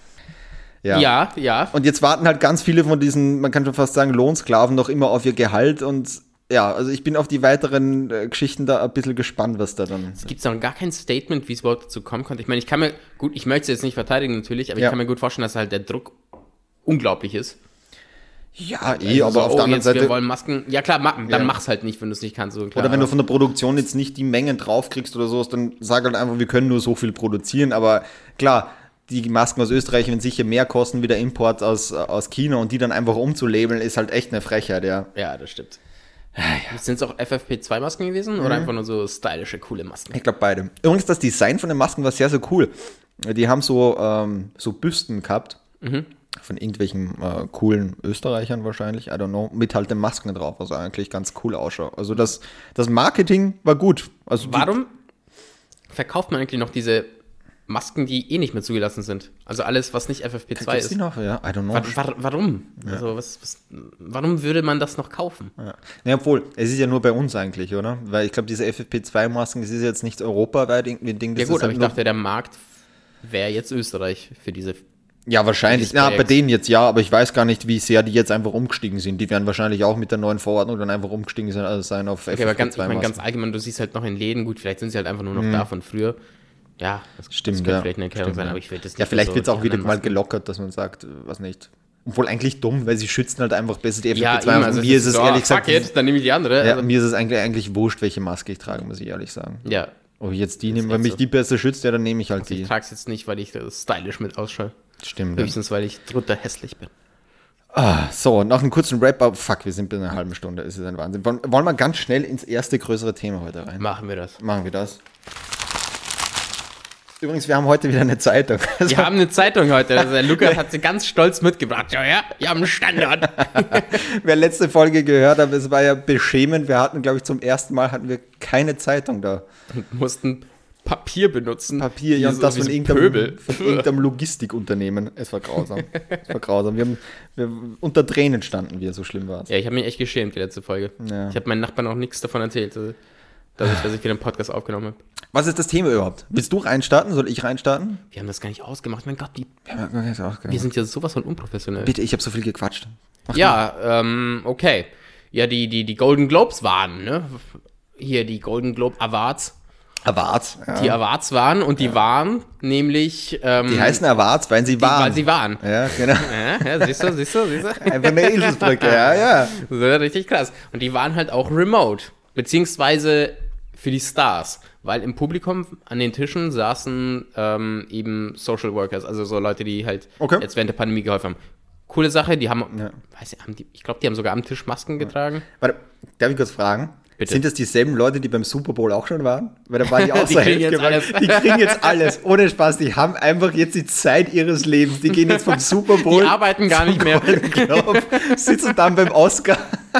ja, ja. Und jetzt warten halt ganz viele von diesen, man kann schon fast sagen, Lohnsklaven noch immer auf ihr Gehalt. Und ja, also ich bin auf die weiteren äh, Geschichten da ein bisschen gespannt, was da dann. Gibt es noch gar kein Statement, wie es überhaupt dazu kommen konnte? Ich meine, ich kann mir, gut, ich möchte es jetzt nicht verteidigen natürlich, aber Ja. ich kann mir gut vorstellen, dass halt der Druck unglaublich ist. Ja, eh, Also aber so, auf der oh, anderen jetzt, wir Seite. wollen Masken. Ja klar, ma, dann Ja. mach's halt nicht, wenn du es nicht kannst. So, klar. Oder wenn du von der Produktion jetzt nicht die Mengen draufkriegst oder sowas, dann sag halt einfach, wir können nur so viel produzieren. Aber klar, die Masken aus Österreich, wenn sicher mehr kosten wie der Import aus, aus China und die dann einfach umzulabeln, ist halt echt eine Frechheit, ja. Ja, das stimmt. Sind es auch F F P zwei Masken gewesen oder einfach nur so stylische, coole Masken? Ich glaube beide. Übrigens, das Design von den Masken war sehr, sehr cool. Die haben so, ähm, so Büsten gehabt. Von irgendwelchen äh, coolen Österreichern wahrscheinlich, I don't know, mit halt den Masken drauf, was eigentlich ganz cool ausschaut. Also das, das Marketing war gut. Also die- Warum verkauft man eigentlich noch diese Masken, die eh nicht mehr zugelassen sind? Also alles, was nicht F F P zwei Gibt's ist. die noch? Ja, I don't know. Wa wa warum? Also was, was, warum würde man das noch kaufen? Ja. Nee, obwohl, es ist ja nur bei uns eigentlich, oder? Weil ich glaube, diese F F P zwei Masken, das ist jetzt nicht europaweit irgendwie ein Ding. Das Ja gut, ist aber halt ich nur- dachte, der Markt wäre jetzt Österreich für diese. Ja, wahrscheinlich. dieses Ja, bei Projekt. denen jetzt ja, aber ich weiß gar nicht, wie sehr die jetzt einfach umgestiegen sind. Die werden wahrscheinlich auch mit der neuen Verordnung dann einfach umgestiegen sein, also sein auf Okay, aber ganz, ich meine, Masken. ganz allgemein, du siehst halt noch in Läden, gut, vielleicht sind sie halt einfach nur noch da von früher. Ja, das, Stimmt, das könnte ja. vielleicht eine Erklärung Stimmt, sein, ja. aber ich will das nicht. Ja, vielleicht für wird es auch die wieder anderen mal Masken. gelockert, dass man sagt, äh, was nicht. Obwohl eigentlich dumm, weil sie schützen halt einfach besser die F F P Ja, zwei. eben, Und also mir ist es so, ehrlich fuck gesagt, it, dann nehme ich die andere. ja, also, mir ist es eigentlich, eigentlich wurscht, welche Maske ich trage, muss ich ehrlich sagen. ja. Ob ich jetzt die nehme, echt weil mich so. die besser schützt, ja, dann nehme ich halt Ich die. trage es jetzt nicht, weil ich das stylisch mit ausschaue. Stimmt. Ja. Höchstens, weil ich drunter hässlich bin. Ah, so, nach einem kurzen Wrap-up. Fuck, wir sind bei einer halben Stunde. Es ist ein Wahnsinn. Wollen, wollen wir ganz schnell ins erste größere Thema heute rein? Machen wir das. Machen wir das. Übrigens, wir haben heute wieder eine Zeitung. Also, Wir haben eine Zeitung heute. Also der Lukas hat sie ganz stolz mitgebracht. Ja, ja, wir haben einen Standard. wer letzte Folge gehört hat, es war ja beschämend. Wir hatten, glaube ich, zum ersten Mal hatten wir keine Zeitung da. Und mussten Papier benutzen. Papier, Wie ja, so- und das wie von so irgendeinem, Pöbel. von irgendeinem Logistikunternehmen. Es war grausam. Es war grausam. Wir haben, wir, unter Tränen standen wir, so schlimm war es. Ja, ich habe mich echt geschämt, die letzte Folge. Ja. Ich habe meinen Nachbarn auch nichts davon erzählt, also, dass ich, dass ich wieder einen Podcast aufgenommen habe. Was ist das Thema überhaupt? Willst du reinstarten? Soll ich reinstarten? Wir haben das gar nicht ausgemacht. Mein Gott, die, Wir, haben gar nicht ausgemacht. wir sind ja sowas von unprofessionell. Bitte, ich habe so viel gequatscht. Mach Ja, ähm, okay. Ja, die, die, die Golden Globes waren, ne? Hier, die Golden Globe Awards. Awards. Ja. Die Awards waren und die ja. waren nämlich... Ähm, die heißen Awards, weil sie die, waren. Weil sie waren. Ja, genau. Ja, ja, siehst du, siehst du, siehst du. Einfach eine Eselsbrücke, ja, ja. Das ist richtig krass. Und die waren halt auch remote, beziehungsweise für die Stars, weil im Publikum an den Tischen saßen ähm, eben Social Workers, also so Leute, die halt okay. jetzt während der Pandemie geholfen haben. Coole Sache, die haben, ja. weiß ich, haben die, ich glaube, die haben sogar am Tisch Masken getragen. Warte, darf ich kurz fragen? Bitte. Sind das dieselben Leute, die beim Super Bowl auch schon waren? Weil da waren die auch Die so kriegen Hälfte jetzt alles. Die kriegen jetzt alles, ohne Spaß. Die haben einfach jetzt die Zeit ihres Lebens. Die gehen jetzt vom Super Bowl. Die arbeiten gar nicht mehr. Globe, sitzen dann beim Oscar,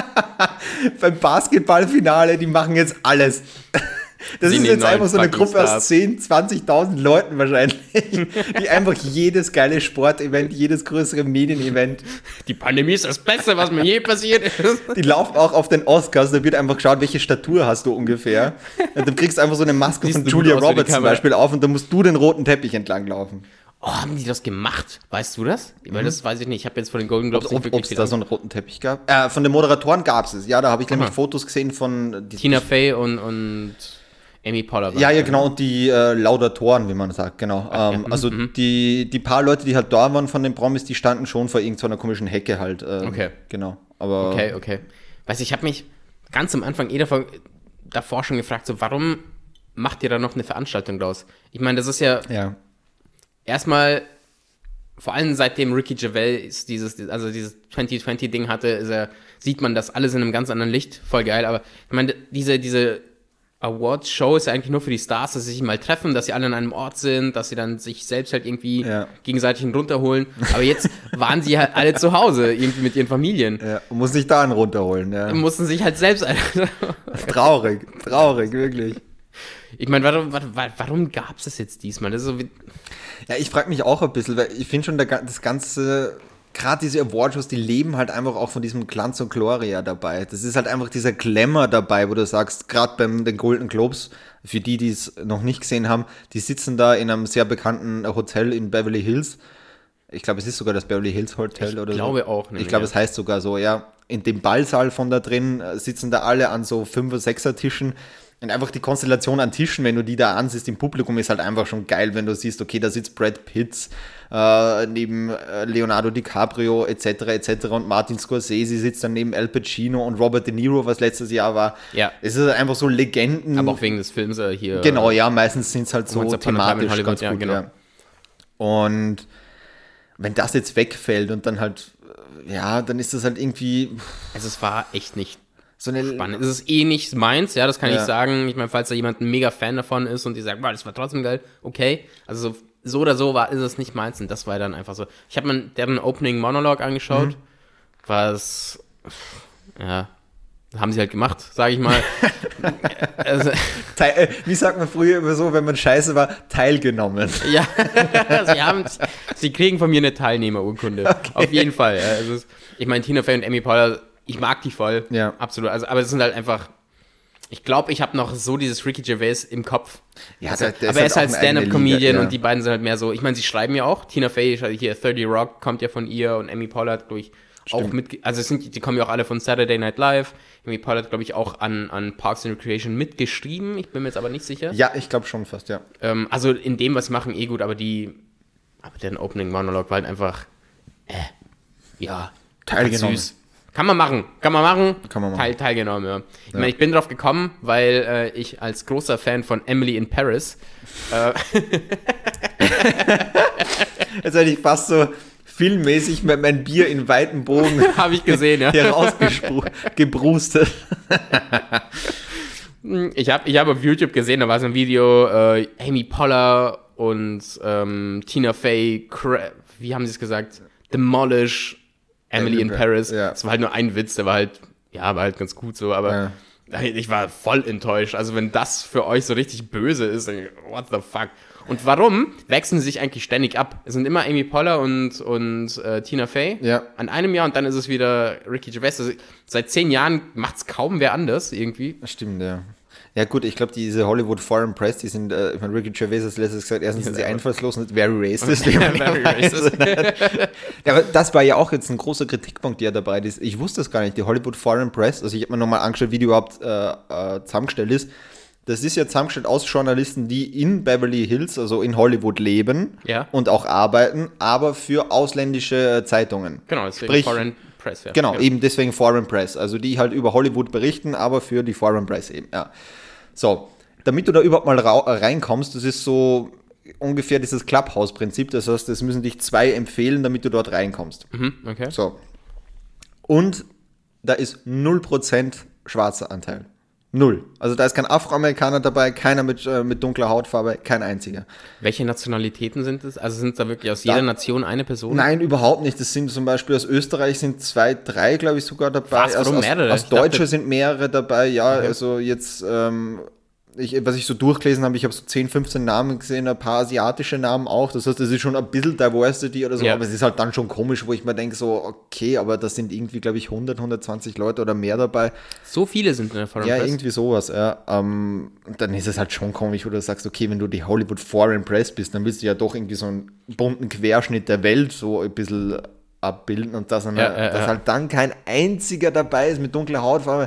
beim Basketballfinale. Die machen jetzt alles. Das Sie ist nehmen jetzt einfach so eine fucking Gruppe Stars. aus zehn, zwanzigtausend Leuten wahrscheinlich, die einfach jedes geile Sportevent, jedes größere Medienevent. Die Pandemie ist das Beste, was mir je passiert ist. Die laufen auch auf den Oscars, da wird einfach geschaut, welche Statur hast du ungefähr. Und dann kriegst du einfach so eine Maske Siehst von du Julia gut aus für die Roberts zum Kamera. Beispiel auf und dann musst du den roten Teppich entlang laufen. Oh, haben die das gemacht? Weißt du das? Weil das weiß ich nicht. Ich habe jetzt von den Golden Globes Ob nicht es wirklich da so einen roten Teppich gab? Äh, von den Moderatoren gab es es. Ja, da habe ich nämlich Aha. Fotos gesehen von... Die, Tina Fey und, und Amy Poehler. Ja, ja, genau, und die äh, Laudatoren, wie man sagt, genau. Ach, ähm, ja. also Mhm. die, die paar Leute, die halt da waren von den Promis, die standen schon vor irgendeiner komischen Hecke halt. Ähm, Okay. Genau, aber... Okay, okay. Weißt du, ich habe mich ganz am Anfang eh davor, davor schon gefragt, so, warum macht ihr da noch eine Veranstaltung draus? Ich meine, das ist ja Ja. erstmal, vor allem seitdem Ricky Gervais dieses, also dieses zwanzig zwanzig-Ding hatte, ist er, sieht man das alles in einem ganz anderen Licht. Voll geil, aber ich meine, diese, diese Awards-Show ist ja eigentlich nur für die Stars, dass sie sich mal treffen, dass sie alle an einem Ort sind, dass sie dann sich selbst halt irgendwie Ja. gegenseitig runterholen. Aber jetzt waren sie halt alle zu Hause, irgendwie mit ihren Familien. Ja, und muss nicht da einen runterholen, ja. Mussten sich halt selbst. Traurig, traurig, wirklich. Ich meine, warum, warum, warum gab es das jetzt diesmal? Das ist so wie, Ja, ich frage mich auch ein bisschen, weil ich finde schon, der, ga- das ganze, gerade diese Awardshows, die leben halt einfach auch von diesem Glanz und Gloria dabei. Das ist halt einfach dieser Glamour dabei, wo du sagst, gerade beim den Golden Globes, für die, die es noch nicht gesehen haben, die sitzen da in einem sehr bekannten Hotel in Beverly Hills. Ich glaube, es ist sogar das Beverly Hills Hotel Ich oder so. glaube auch, nämlich, Ich glaube, ja. es heißt sogar so, ja. In dem Ballsaal von da drin äh, sitzen da alle an so Fünfer-, Sechser-Tischen. Und einfach die Konstellation an Tischen, wenn du die da ansiehst im Publikum, ist halt einfach schon geil, wenn du siehst, okay, da sitzt Brad Pitt äh, neben äh, Leonardo DiCaprio et cetera et cetera und Martin Scorsese sitzt dann neben Al Pacino und Robert De Niro, was letztes Jahr war. Ja. Es ist halt einfach so Legenden. aber auch wegen des Films äh, hier. Genau, ja, meistens sind es halt so Once Upon a Time in thematisch Hollywood, ganz ja, gut. genau. Ja. Und wenn das jetzt wegfällt und dann halt, äh, ja, dann ist das halt irgendwie Also es war echt nicht so eine... spannend. Es ist eh nicht meins, ja, das kann Ja. ich sagen. Ich meine, falls da jemand ein mega Fan davon ist und die sagt, wow, das war trotzdem geil, okay. Also so, so oder so war, ist es nicht meins und das war dann einfach so. Ich habe mir deren Opening Monolog angeschaut, Mhm. was, ja, haben sie halt gemacht, sage ich mal. also, Teil, äh, wie sagt man früher immer so, wenn man scheiße war, teilgenommen. ja, sie, haben, sie kriegen von mir eine Teilnehmerurkunde. Okay. Auf jeden Fall. Ja. Also es, ich meine, Tina Fey und Amy Poehler, ich mag die voll. Ja. Absolut. Also, aber es sind halt einfach. Ich glaube, ich habe noch so dieses Ricky Gervais im Kopf. Ja, also, der- der aber er ist halt auch eine eigene Stand-Up-Comedian Liga, ja. und die beiden sind halt mehr so. Ich meine, sie schreiben ja auch. Tina Fey, hier thirty Rock kommt ja von ihr und Amy Poehler hat, glaube ich, auch mit. Also, es sind, die kommen ja auch alle von Saturday Night Live. Amy Poehler hat, glaube ich, auch an, an Parks and Recreation mitgeschrieben. Ich bin mir jetzt aber nicht sicher. Ja, ich glaube schon fast, ja. Ähm, also, in dem, was sie machen, eh gut, aber die. Aber deren Opening-Monolog war halt einfach. Äh, ja. Teilgenommen. Süß. Kann man machen, kann man machen. Kann man machen. Teil, teilgenommen, ja. Ich Ja. meine, ich bin drauf gekommen, weil äh, ich als großer Fan von Emily in Paris äh, Jetzt hätte ich fast so filmmäßig mit mein Bier in weiten Bogen habe ich gesehen, ja. herausgebrustet. Ich habe ich hab auf YouTube gesehen, da war so ein Video, äh, Amy Poehler und ähm, Tina Fey, Cra- wie haben sie es gesagt? Demolish Emily in Paris. Ja. Das war halt nur ein Witz, der war halt, ja, war halt ganz gut so, aber ich war voll enttäuscht. Also wenn das für euch so richtig böse ist, dann, what the fuck? Und warum wechseln sie sich eigentlich ständig ab? Es sind immer Amy Poehler und, und äh, Tina Fey Ja. an einem Jahr und dann ist es wieder Ricky Gervais. Also, seit zehn Jahren macht es kaum wer anders irgendwie. Das stimmt, ja. Ja gut, ich glaube, diese Hollywood Foreign Press, die sind, äh, ich meine, Ricky Gervais hat letztes gesagt, erstens sind sie einfallslos und very racist. very racist. Ja, aber das war ja auch jetzt ein großer Kritikpunkt, der dabei ist. Ich wusste das gar nicht, die Hollywood Foreign Press, also ich habe mir nochmal angeschaut, wie die überhaupt äh, äh, zusammengestellt ist. Das ist ja zusammengestellt aus Journalisten, die in Beverly Hills, also in Hollywood leben ja. und auch arbeiten, aber für ausländische Zeitungen. Genau, deswegen Sprich, Foreign Press. Ja. Genau, ja. eben deswegen Foreign Press. Also die halt über Hollywood berichten, aber für die Foreign Press eben, ja. So, damit du da überhaupt mal ra- reinkommst, das ist so ungefähr dieses Clubhouse-Prinzip. Das heißt, es müssen dich zwei empfehlen, damit du dort reinkommst. Mhm, okay. So. Und da ist null Prozent schwarzer Anteil. Null. Also da ist kein Afroamerikaner dabei, keiner mit, äh, mit dunkler Hautfarbe, kein einziger. Welche Nationalitäten sind es? Also sind da wirklich aus jeder Da, Nation eine Person? Nein, überhaupt nicht. Das sind zum Beispiel aus Österreich sind zwei, drei, glaube ich, sogar dabei. Was, warum aus, mehrere? Aus, aus Deutsche sind mehrere dabei, ja. Okay. Also jetzt, ähm, ich, was ich so durchgelesen habe, ich habe so zehn, fünfzehn Namen gesehen, ein paar asiatische Namen auch. Das heißt, das ist schon ein bisschen Diversity oder so, ja. Aber es ist halt dann schon komisch, wo ich mir denke, so, okay, aber da sind irgendwie, glaube ich, hundert, hundertzwanzig Leute oder mehr dabei. So viele sind in der Foreign ja, Press? Ja, irgendwie sowas, ja. Ähm, dann ist es halt schon komisch, wo du sagst, okay, wenn du die Hollywood Foreign Press bist, dann willst du ja doch irgendwie so einen bunten Querschnitt der Welt so ein bisschen abbilden und dass, eine, ja, ja, dass ja. halt dann kein einziger dabei ist mit dunkler Hautfarbe.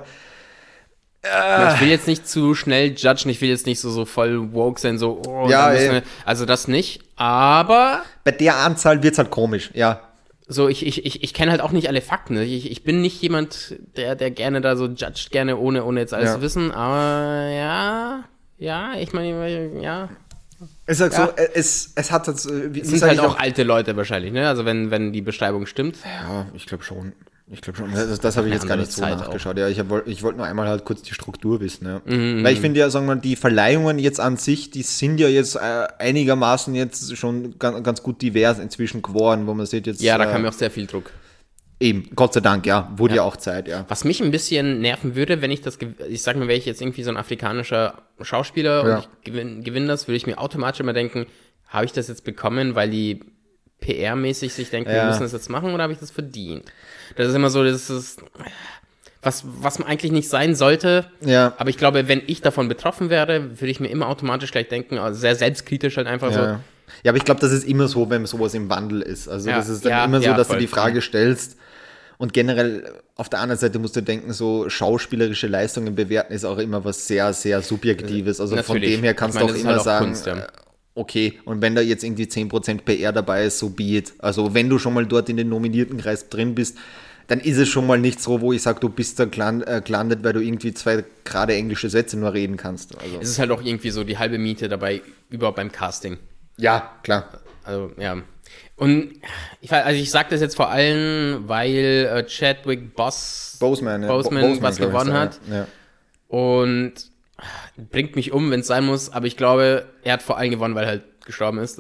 Ich will jetzt nicht zu schnell judgen, ich will jetzt nicht so, so voll woke sein, so, oh, ja, wir, also das nicht, aber... Bei der Anzahl wird es halt komisch, ja. So, ich, ich, ich, ich kenne halt auch nicht alle Fakten, ich, ich bin nicht jemand, der, der gerne da so judgt, gerne ohne, ohne jetzt alles ja. zu wissen, aber ja, ja, ich meine, ja... Ich sag ja. so, es, es hat jetzt... Wie, es sind halt auch, auch alte Leute wahrscheinlich, ne, also wenn, wenn die Beschreibung stimmt. Ja, ich glaube schon. Ich glaube schon, das, das habe ich jetzt gar nicht so Zeit nachgeschaut. Auch. Ja, ich wollte ich wollt nur einmal halt kurz die Struktur wissen. Ja. Mm-hmm. Weil ich finde ja, sagen wir mal, die Verleihungen jetzt an sich, die sind ja jetzt äh, einigermaßen jetzt schon ganz, ganz gut divers inzwischen geworden, wo man sieht jetzt... Ja, da äh, kam ja auch sehr viel Druck. Eben, Gott sei Dank, ja, wurde ja, ja auch Zeit, ja. Was mich ein bisschen nerven würde, wenn ich das, ich sag mal, wäre ich jetzt irgendwie so ein afrikanischer Schauspieler ja. und ich gewinne gewinn das, würde ich mir automatisch immer denken, habe ich das jetzt bekommen, weil die P R-mäßig sich denken, ja. wir müssen das jetzt machen oder habe ich das verdient? Das ist immer so, das ist was, was man eigentlich nicht sein sollte. Ja. Aber ich glaube, wenn ich davon betroffen wäre, würde ich mir immer automatisch gleich denken, also sehr selbstkritisch halt einfach ja. so. Ja, aber ich glaube, das ist immer so, wenn sowas im Wandel ist. Also ja. das ist dann ja, immer so, ja, dass voll. du die Frage stellst. Und generell, auf der anderen Seite musst du denken, so schauspielerische Leistungen bewerten ist auch immer was sehr, sehr Subjektives. Also Natürlich. Von dem her kannst ich meine, du auch das immer ist halt auch sagen, Kunst, ja. okay, und wenn da jetzt irgendwie zehn Prozent P R dabei ist, so be it. Also wenn du schon mal dort in den nominierten Kreis drin bist, dann ist es schon mal nicht so, wo ich sage, du bist da gelandet, weil du irgendwie zwei gerade englische Sätze nur reden kannst. Also. Es ist halt auch irgendwie so die halbe Miete dabei, überhaupt beim Casting. Ja, klar. Also, ja. Und ich, also ich sage das jetzt vor allem, weil äh, Chadwick Boss, Boseman, ja. Boseman, Boseman was gewonnen so, hat. Ja. Und bringt mich um, wenn es sein muss. Aber ich glaube, er hat vor allem gewonnen, weil er halt gestorben ist.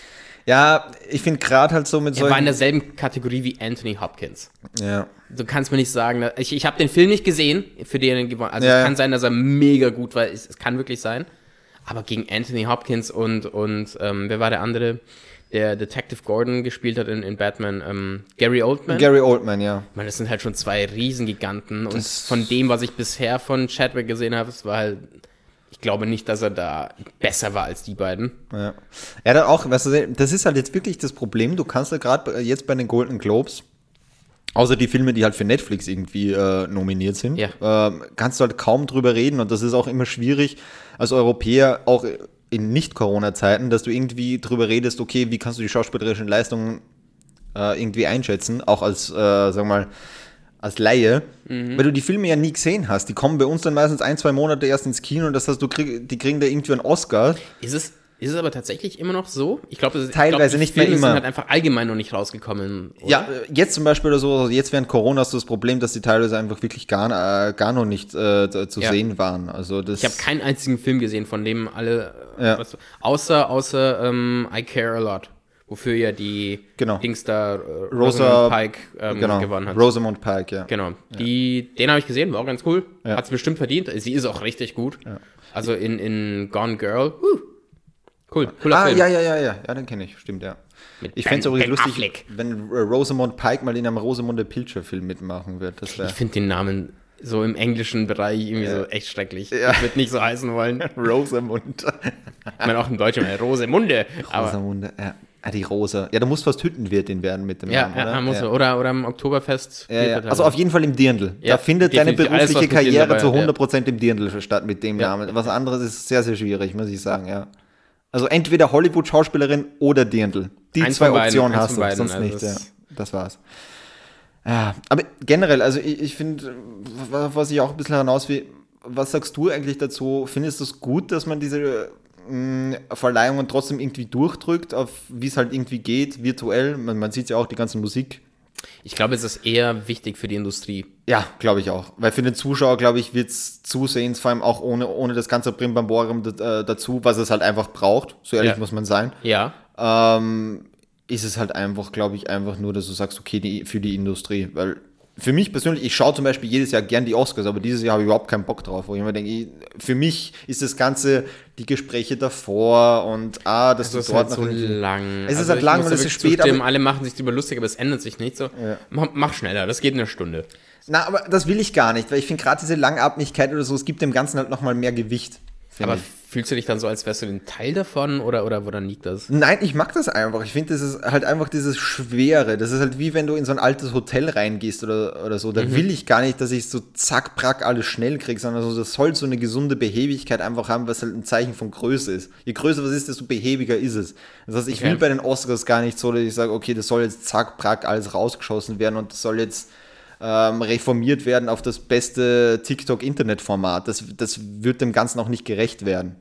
Ja, ich finde gerade halt so mit so. Er war in derselben Kategorie wie Anthony Hopkins. Ja. Du kannst mir nicht sagen, ich, ich habe den Film nicht gesehen, für den er gewonnen hat. Also ja. es kann sein, dass er mega gut war. Es, es kann wirklich sein. Aber gegen Anthony Hopkins und, und ähm, wer war der andere? Der Detective Gordon gespielt hat in, in Batman, ähm, Gary Oldman. Gary Oldman, ja. Ich meine, das sind halt schon zwei Riesengiganten. Und das von dem, was ich bisher von Chadwick gesehen habe, es war halt, ich glaube nicht, dass er da besser war als die beiden. Ja, ja dann auch, weißt du, das ist halt jetzt wirklich das Problem. Du kannst ja gerade jetzt bei den Golden Globes, außer die Filme, die halt für Netflix irgendwie äh, nominiert sind, ja. äh, kannst du halt kaum drüber reden. Und das ist auch immer schwierig als Europäer, auch in Nicht-Corona-Zeiten, dass du irgendwie drüber redest, okay, wie kannst du die schauspielerischen Leistungen äh, irgendwie einschätzen, auch als, äh, sagen wir mal, als Laie, mhm. weil du die Filme ja nie gesehen hast. Die kommen bei uns dann meistens ein, zwei Monate erst ins Kino und das heißt, du krieg, die kriegen da irgendwie einen Oscar. Ist es, ist es aber tatsächlich immer noch so? Ich glaube, teilweise nicht mehr immer. Die sind halt einfach allgemein noch nicht rausgekommen, oder? Ja, jetzt zum Beispiel oder so, also jetzt während Corona hast du das Problem, dass die teilweise einfach wirklich gar, äh, gar noch nicht äh, zu ja. sehen waren. Also das ich habe keinen einzigen Film gesehen, von dem alle, ja. was, außer, außer ähm, I Care a Lot, wofür ja die genau. Dings da äh, Rosa, Rosamund Pike ähm, genau. gewonnen hat. Rosamund Pike, ja. Genau, die, den habe ich gesehen, war auch ganz cool, ja. hat es bestimmt verdient, sie ist auch richtig gut. Ja. Also in, in Gone Girl, uh, cool, cooler ah, Film. ja, ja, ja, ja, ja, den kenne ich, stimmt, ja. Mit ich fände es übrigens lustig, Affleck. wenn Rosamund Pike mal in einem Rosamunde Pilcher-Film mitmachen wird. Das ich finde den Namen so im englischen Bereich irgendwie Ja. so echt schrecklich. Ja. Ich würde nicht so heißen wollen. Rosamund. Ich meine, auch im Deutschen, äh, Rosemunde. Aber, Rosamunde, ja. Ah, die Rosa. Ja, du musst fast Hüttenwirtin werden mit dem ja, Namen, ja, oder? muss ja. man. Oder, oder am Oktoberfest. Ja, ja. Bierverteilung. Also auf jeden Fall im Dirndl. Ja, da findet deine definitiv. Alles, was berufliche mit Dirndl Karriere dabei zu hat, ja. hundert Prozent im Dirndl statt mit dem Ja. Namen. Was anderes ist sehr, sehr schwierig, muss ich sagen, ja. Also entweder Hollywood-Schauspielerin oder Dirndl. Die Eins zwei von beiden, Optionen eins hast von du, beiden, sonst also nicht, das- ja. Das war's. Ja, aber generell, also ich, ich finde, was ich auch ein bisschen hinaus will, was sagst du eigentlich dazu? Findest du es gut, dass man diese mh, Verleihungen trotzdem irgendwie durchdrückt, auf wie es halt irgendwie geht, virtuell? Man, man sieht ja auch die ganze Musik. Ich glaube, es ist eher wichtig für die Industrie. Ja, glaube ich auch. Weil für den Zuschauer, glaube ich, wird es zusehends, vor allem auch ohne, ohne das ganze Brimbamborium d- äh, dazu, was es halt einfach braucht, so ehrlich Ja. muss man sein, Ja. ähm, ist es halt einfach, glaube ich, einfach nur, dass du sagst, okay, die, für die Industrie. Weil für mich persönlich, ich schaue zum Beispiel jedes Jahr gern die Oscars, aber dieses Jahr habe ich überhaupt keinen Bock drauf. Wo ich mir denke, ich, für mich ist das Ganze die Gespräche davor und ah, dass Es du ist dort halt so noch irgendwie- lang. Es ist Also halt ich lang muss und da es ist wirklich spät, zustimmen. aber- Alle machen sich drüber lustig, aber es ändert sich nicht so. Ja. Mach, mach schneller, das geht in einer Stunde. Na, aber das will ich gar nicht, weil ich finde gerade diese Langatmigkeit oder so, es gibt dem Ganzen halt nochmal mehr Gewicht. finde Aber ich. fühlst du dich dann so, als wärst du ein Teil davon oder, oder woran liegt das? Nein, ich mag das einfach. Ich finde, das ist halt einfach dieses Schwere. Das ist halt wie wenn du in so ein altes Hotel reingehst oder, oder so. Da Mhm. will ich gar nicht, dass ich so zack, prack alles schnell kriege, sondern so, das soll so eine gesunde Behebigkeit einfach haben, was halt ein Zeichen von Größe ist. Je größer was ist, desto behäbiger ist es. Das heißt, ich Okay. will bei den Oscars gar nicht so, dass ich sage, okay, das soll jetzt zack, prack alles rausgeschossen werden und das soll jetzt ähm, reformiert werden auf das beste TikTok-Internet-Format. Das, das wird dem Ganzen auch nicht gerecht werden.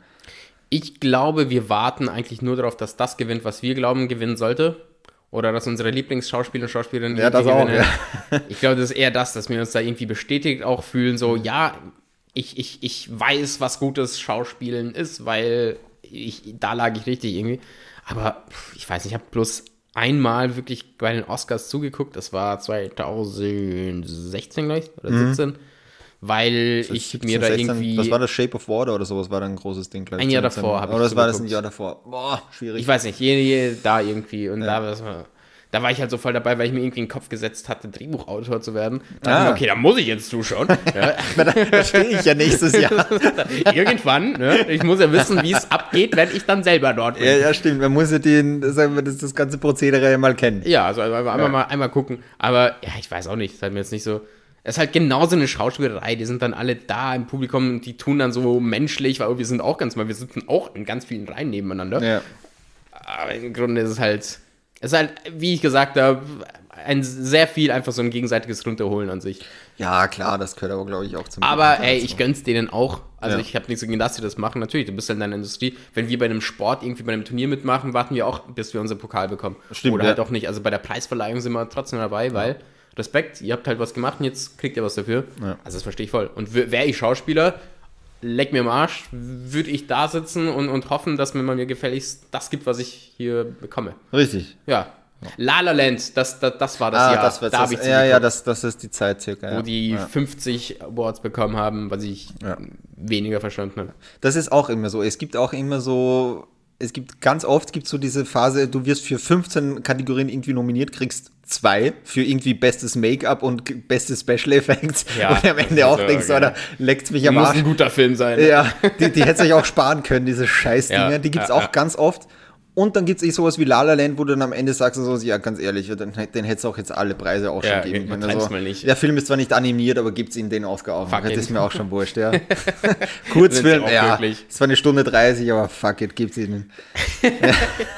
Ich glaube, wir warten eigentlich nur darauf, dass das gewinnt, was wir glauben, gewinnen sollte. Oder dass unsere Lieblingsschauspieler und Schauspielerinnen Ja, das irgendwie auch, gewinnen. ja. Ich glaube, das ist eher das, dass wir uns da irgendwie bestätigt auch fühlen, so, ja, ich, ich, ich weiß, was gutes Schauspielen ist, weil ich, da lag ich richtig irgendwie. Aber pff, ich weiß nicht, ich habe bloß einmal wirklich bei den Oscars zugeguckt, das war zweitausendsechzehn, glaube ich, oder siebzehn, weil ich siebzehn, mir da sechzehn, irgendwie... Was war das, Shape of Water oder sowas? War da ein großes Ding, glaube ich. Ein Jahr siebzehn. davor habe ich Oder was war das ein zugeguckt. Jahr davor? Boah, schwierig. Ich weiß nicht, je, je, da irgendwie. Und Ja. da, was war, da war ich halt so voll dabei, weil ich mir irgendwie in den Kopf gesetzt hatte, Drehbuchautor zu werden. Da Ah. dachte ich mir, okay, da muss ich jetzt zuschauen. Ja. da da stehe ich ja nächstes Jahr. Irgendwann, ne? Ich muss ja wissen, wie es abgeht, wenn ich dann selber dort bin. Ja, ja, stimmt. Man muss ja den, sagen wir, das, das ganze Prozedere ja mal kennen. Ja, also einmal, einmal, Ja. mal, einmal gucken. Aber ja, ich weiß auch nicht. Es ist halt mir jetzt nicht so. Es ist halt genauso eine Schauspielerei. Die sind dann alle da im Publikum und die tun dann so menschlich, weil wir sind auch ganz mal, wir sitzen auch in ganz vielen Reihen nebeneinander. Ja. Aber im Grunde ist es halt, es ist halt, wie ich gesagt habe, ein sehr viel einfach so ein gegenseitiges Runterholen an sich. Ja, klar, das gehört aber, glaube ich, auch zum Aber Guten ey, dazu. ich gönn's denen auch. Also Ja. ich habe nichts gegen, dass sie das machen. Natürlich, du bist halt in deiner Industrie. Wenn wir bei einem Sport irgendwie bei einem Turnier mitmachen, warten wir auch, bis wir unseren Pokal bekommen. Stimmt, Oder ja. halt auch nicht. Also bei der Preisverleihung sind wir trotzdem dabei, weil Respekt, ihr habt halt was gemacht und jetzt kriegt ihr was dafür. Ja. Also das verstehe ich voll. Und wäre ich Schauspieler, leck mir am Arsch, würde ich da sitzen und, und hoffen, dass mir mal mir gefälligst das gibt, was ich hier bekomme. Richtig. Ja. La La Land, das, das, das war das Ah, Jahr. das wird da das. habe ich Ja, ja, das, das ist die Zeit circa. wo ja. die ja. fünfzig Awards bekommen haben, was ich Ja. weniger verstanden habe. Das ist auch immer so. Es gibt auch immer so, es gibt ganz oft gibt so diese Phase, du wirst für fünfzehn Kategorien irgendwie nominiert, kriegst zwei für irgendwie bestes Make-up und g- beste Special Effects. Ja, und am das Ende ist auch so, denkst, okay. oder leckt's mich am Muss Arsch. ein guter Film sein. Ja, die, die hätte sich auch sparen können, diese Scheißdinger. Ja, die gibt's ja, auch ja. ganz oft. Und dann gibt's eh sowas wie La La Land, wo du dann am Ende sagst, so, ja, ganz ehrlich, den, den hättest du auch jetzt alle Preise auch schon Ja, geben können. übertreib's Also, mal nicht. Der Film ist zwar nicht animiert, aber gibt's ihm den Oscar auch. Fuck Das it. ist mir auch schon wurscht, ja. Kurzfilm, Sind sie auch ja. wirklich. Es war eine Stunde dreißig, aber fuck it, gibt's ihnen. ja.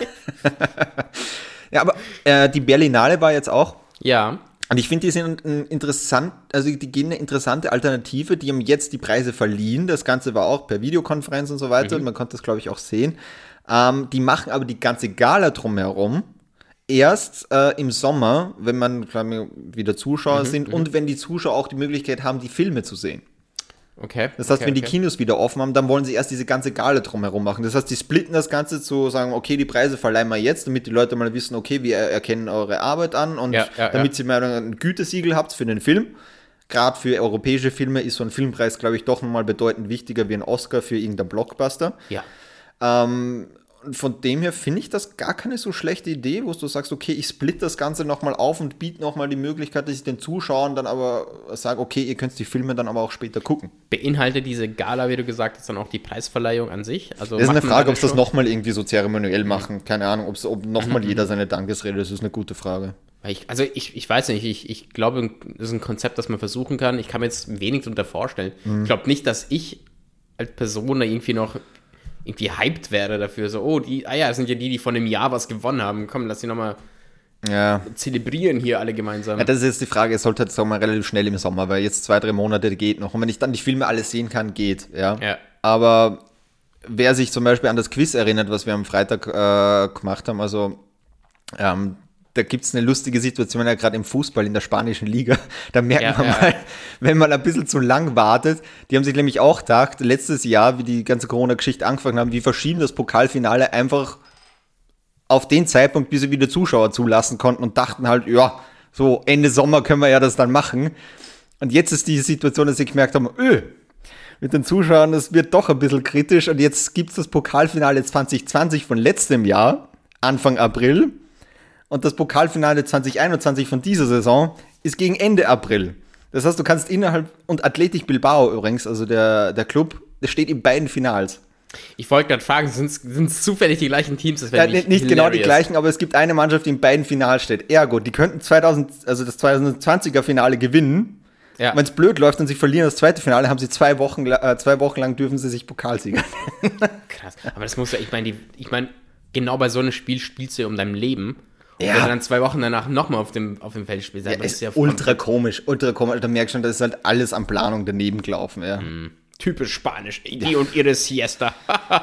ja, aber äh, die Berlinale war jetzt auch. Ja. Und ich finde, die sind ein interessant, also die gehen eine interessante Alternative, die haben jetzt die Preise verliehen. Das Ganze war auch per Videokonferenz und so weiter und man konnte das, glaube ich, auch sehen. Ähm, die machen aber die ganze Gala drumherum erst äh, im Sommer, wenn man glaub ich, wieder Zuschauer sind und wenn die Zuschauer auch die Möglichkeit haben, die Filme zu sehen. Okay. Das heißt, okay, wenn die okay. Kinos wieder offen haben, dann wollen sie erst diese ganze Gala drumherum machen. Das heißt, die splitten das Ganze zu sagen, okay, die Preise verleihen wir jetzt, damit die Leute mal wissen, okay, wir erkennen eure Arbeit an und Ja, ja, damit ja. ihr mal ein Gütesiegel habt für den Film. Gerade für europäische Filme ist so ein Filmpreis, glaube ich, doch nochmal bedeutend wichtiger wie ein Oscar für irgendeinen Blockbuster. Ja. Ähm, von dem her finde ich das gar keine so schlechte Idee, wo du sagst, okay, ich split das Ganze nochmal auf und biete nochmal die Möglichkeit, dass ich den Zuschauern dann aber sage, okay, ihr könnt die Filme dann aber auch später gucken. Beinhaltet diese Gala, wie du gesagt hast, dann auch die Preisverleihung an sich? Also das ist eine Frage, ob sie das nochmal irgendwie so zeremoniell machen. Keine Ahnung, ob's, ob nochmal mhm. jeder seine Dankesrede, das ist eine gute Frage. Ich, also ich, ich weiß nicht, ich, ich glaube, das ist ein Konzept, das man versuchen kann. Ich kann mir jetzt wenig darunter vorstellen. Mhm. Ich glaube nicht, dass ich als Person da irgendwie noch irgendwie hyped wäre dafür, so, oh, die, ah ja, das sind ja die, die von einem Jahr was gewonnen haben, komm, lass sie nochmal ja. zelebrieren hier alle gemeinsam. Ja, das ist jetzt die Frage, es sollte jetzt auch mal relativ schnell im Sommer, weil jetzt zwei, drei Monate geht noch und wenn ich dann die Filme alle sehen kann, geht, ja. ja. Aber wer sich zum Beispiel an das Quiz erinnert, was wir am Freitag äh, gemacht haben, also ähm, da gibt es eine lustige Situation, ja gerade im Fußball in der spanischen Liga. Da merkt ja, man ja. mal, wenn man ein bisschen zu lang wartet. Die haben sich nämlich auch gedacht, letztes Jahr, wie die ganze Corona-Geschichte angefangen haben, wir verschieben das Pokalfinale einfach auf den Zeitpunkt, bis sie wieder Zuschauer zulassen konnten und dachten halt, ja, so Ende Sommer können wir ja das dann machen. Und jetzt ist die Situation, dass sie gemerkt haben, öh, mit den Zuschauern, das wird doch ein bisschen kritisch. Und jetzt gibt es das Pokalfinale zwanzig zwanzig von letztem Jahr, Anfang April. Und das Pokalfinale zwanzig einundzwanzig von dieser Saison ist gegen Ende April. Das heißt, du kannst innerhalb, und Athletic Bilbao übrigens, also der, der Club, der steht in beiden Finals. Ich wollte gerade fragen, sind es zufällig die gleichen Teams? Das ja, nicht hilarious. Genau die gleichen, aber es gibt eine Mannschaft, die in beiden Finals steht. Ergo, die könnten zweitausend, also das zwanzig zwanziger Finale gewinnen. Ja. Wenn es blöd läuft und sie verlieren das zweite Finale, haben sie zwei Wochen, äh, zwei Wochen lang dürfen sie sich Pokalsieger. Krass, aber das muss ja, ich meine, ich meine, genau bei so einem Spiel spielst du ja um dein Leben. Und ja. wenn du dann zwei Wochen danach nochmal auf dem, auf dem Feld spielst, ja, das ist ja ultra komisch, ultra komisch. Da merkst du schon, das ist halt alles an Planung daneben gelaufen. Ja. Mm, typisch Spanisch. Die ja. und ihre Siesta.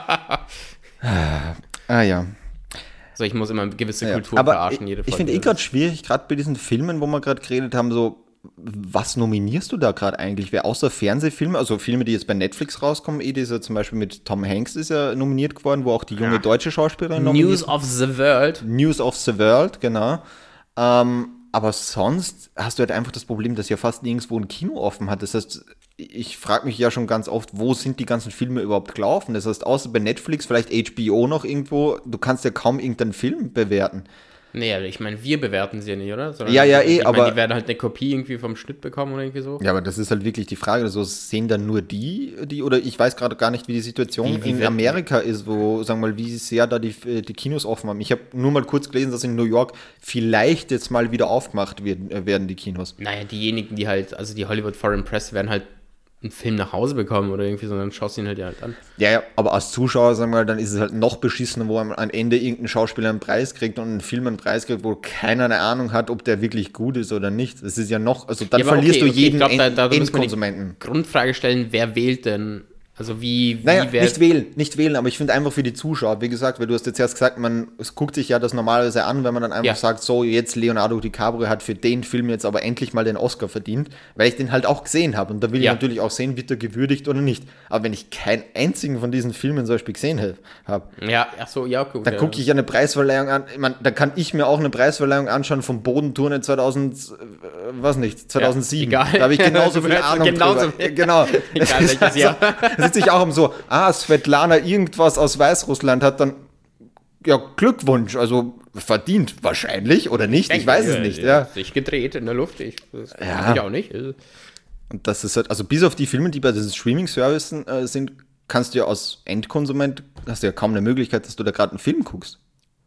ah ja. So, ich muss immer eine gewisse ja. Kultur Aber verarschen. Ich, jede ich finde eh gerade schwierig, gerade bei diesen Filmen, wo wir gerade geredet haben, so, was nominierst du da gerade eigentlich? Wer außer Fernsehfilme, also Filme, die jetzt bei Netflix rauskommen, eh dieser zum Beispiel mit Tom Hanks ist ja nominiert geworden, wo auch die junge ja. deutsche Schauspielerin nominiert News of the World. News of the World, genau. Ähm, aber sonst hast du halt einfach das Problem, dass ja fast nirgendwo ein Kino offen hat. Das heißt, ich frage mich ja schon ganz oft, wo sind die ganzen Filme überhaupt gelaufen? Das heißt, außer bei Netflix, vielleicht H B O noch irgendwo, du kannst ja kaum irgendeinen Film bewerten. Nee, ich meine, wir bewerten sie ja nicht, oder? Sondern ja, ja, eh, ich aber... Meine, die werden halt eine Kopie irgendwie vom Schnitt bekommen oder irgendwie so. Ja, aber das ist halt wirklich die Frage, also sehen dann nur die, die oder ich weiß gerade gar nicht, wie die Situation wie, wie in Amerika ist, wo, sagen wir mal, wie sehr da die, die Kinos offen haben. Ich habe nur mal kurz gelesen, dass in New York vielleicht jetzt mal wieder aufgemacht werden, werden die Kinos. Naja, diejenigen, die halt, also die Hollywood Foreign Press werden halt einen Film nach Hause bekommen oder irgendwie, sondern schaust du ihn halt, halt an. Ja, ja, aber als Zuschauer, sagen wir mal, dann ist es halt noch beschissener, wo am Ende irgendein Schauspieler einen Preis kriegt und ein Film einen Preis kriegt, wo keiner eine Ahnung hat, ob der wirklich gut ist oder nicht. Das ist ja noch, also dann ja, verlierst okay, du jeden okay, glaub, da, da Endkonsumenten. Grundfrage stellen, wer wählt denn? Also wie, wie naja, nicht wählen, nicht wählen, aber ich finde einfach für die Zuschauer, wie gesagt, weil du hast jetzt erst gesagt, man es guckt sich ja das normalerweise an, wenn man dann einfach ja. sagt, so jetzt Leonardo DiCaprio hat für den Film jetzt aber endlich mal den Oscar verdient, weil ich den halt auch gesehen habe und da will ja. ich natürlich auch sehen, wird er gewürdigt oder nicht. Aber wenn ich keinen einzigen von diesen Filmen zum Beispiel gesehen habe, ja, ach so, ja, gut, dann ja. gucke ich eine Preisverleihung an, ich meine, da kann ich mir auch eine Preisverleihung anschauen vom Bodenturnen zweitausend, was nicht, zweitausendsieben. Ja, da habe ich genauso viel Ahnung genauso drüber. Genau. Egal welches Jahr. Da sitze ich auch um so, ah, Svetlana irgendwas aus Weißrussland hat dann, ja, Glückwunsch, also verdient wahrscheinlich oder nicht, ich, ich weiß es nicht. Ja. Sich gedreht in der Luft, ich, das ja. kann ich auch nicht. Und das ist halt, also bis auf die Filme, die bei diesen Streaming-Services äh, sind, kannst du ja als Endkonsument, hast du ja kaum eine Möglichkeit, dass du da gerade einen Film guckst.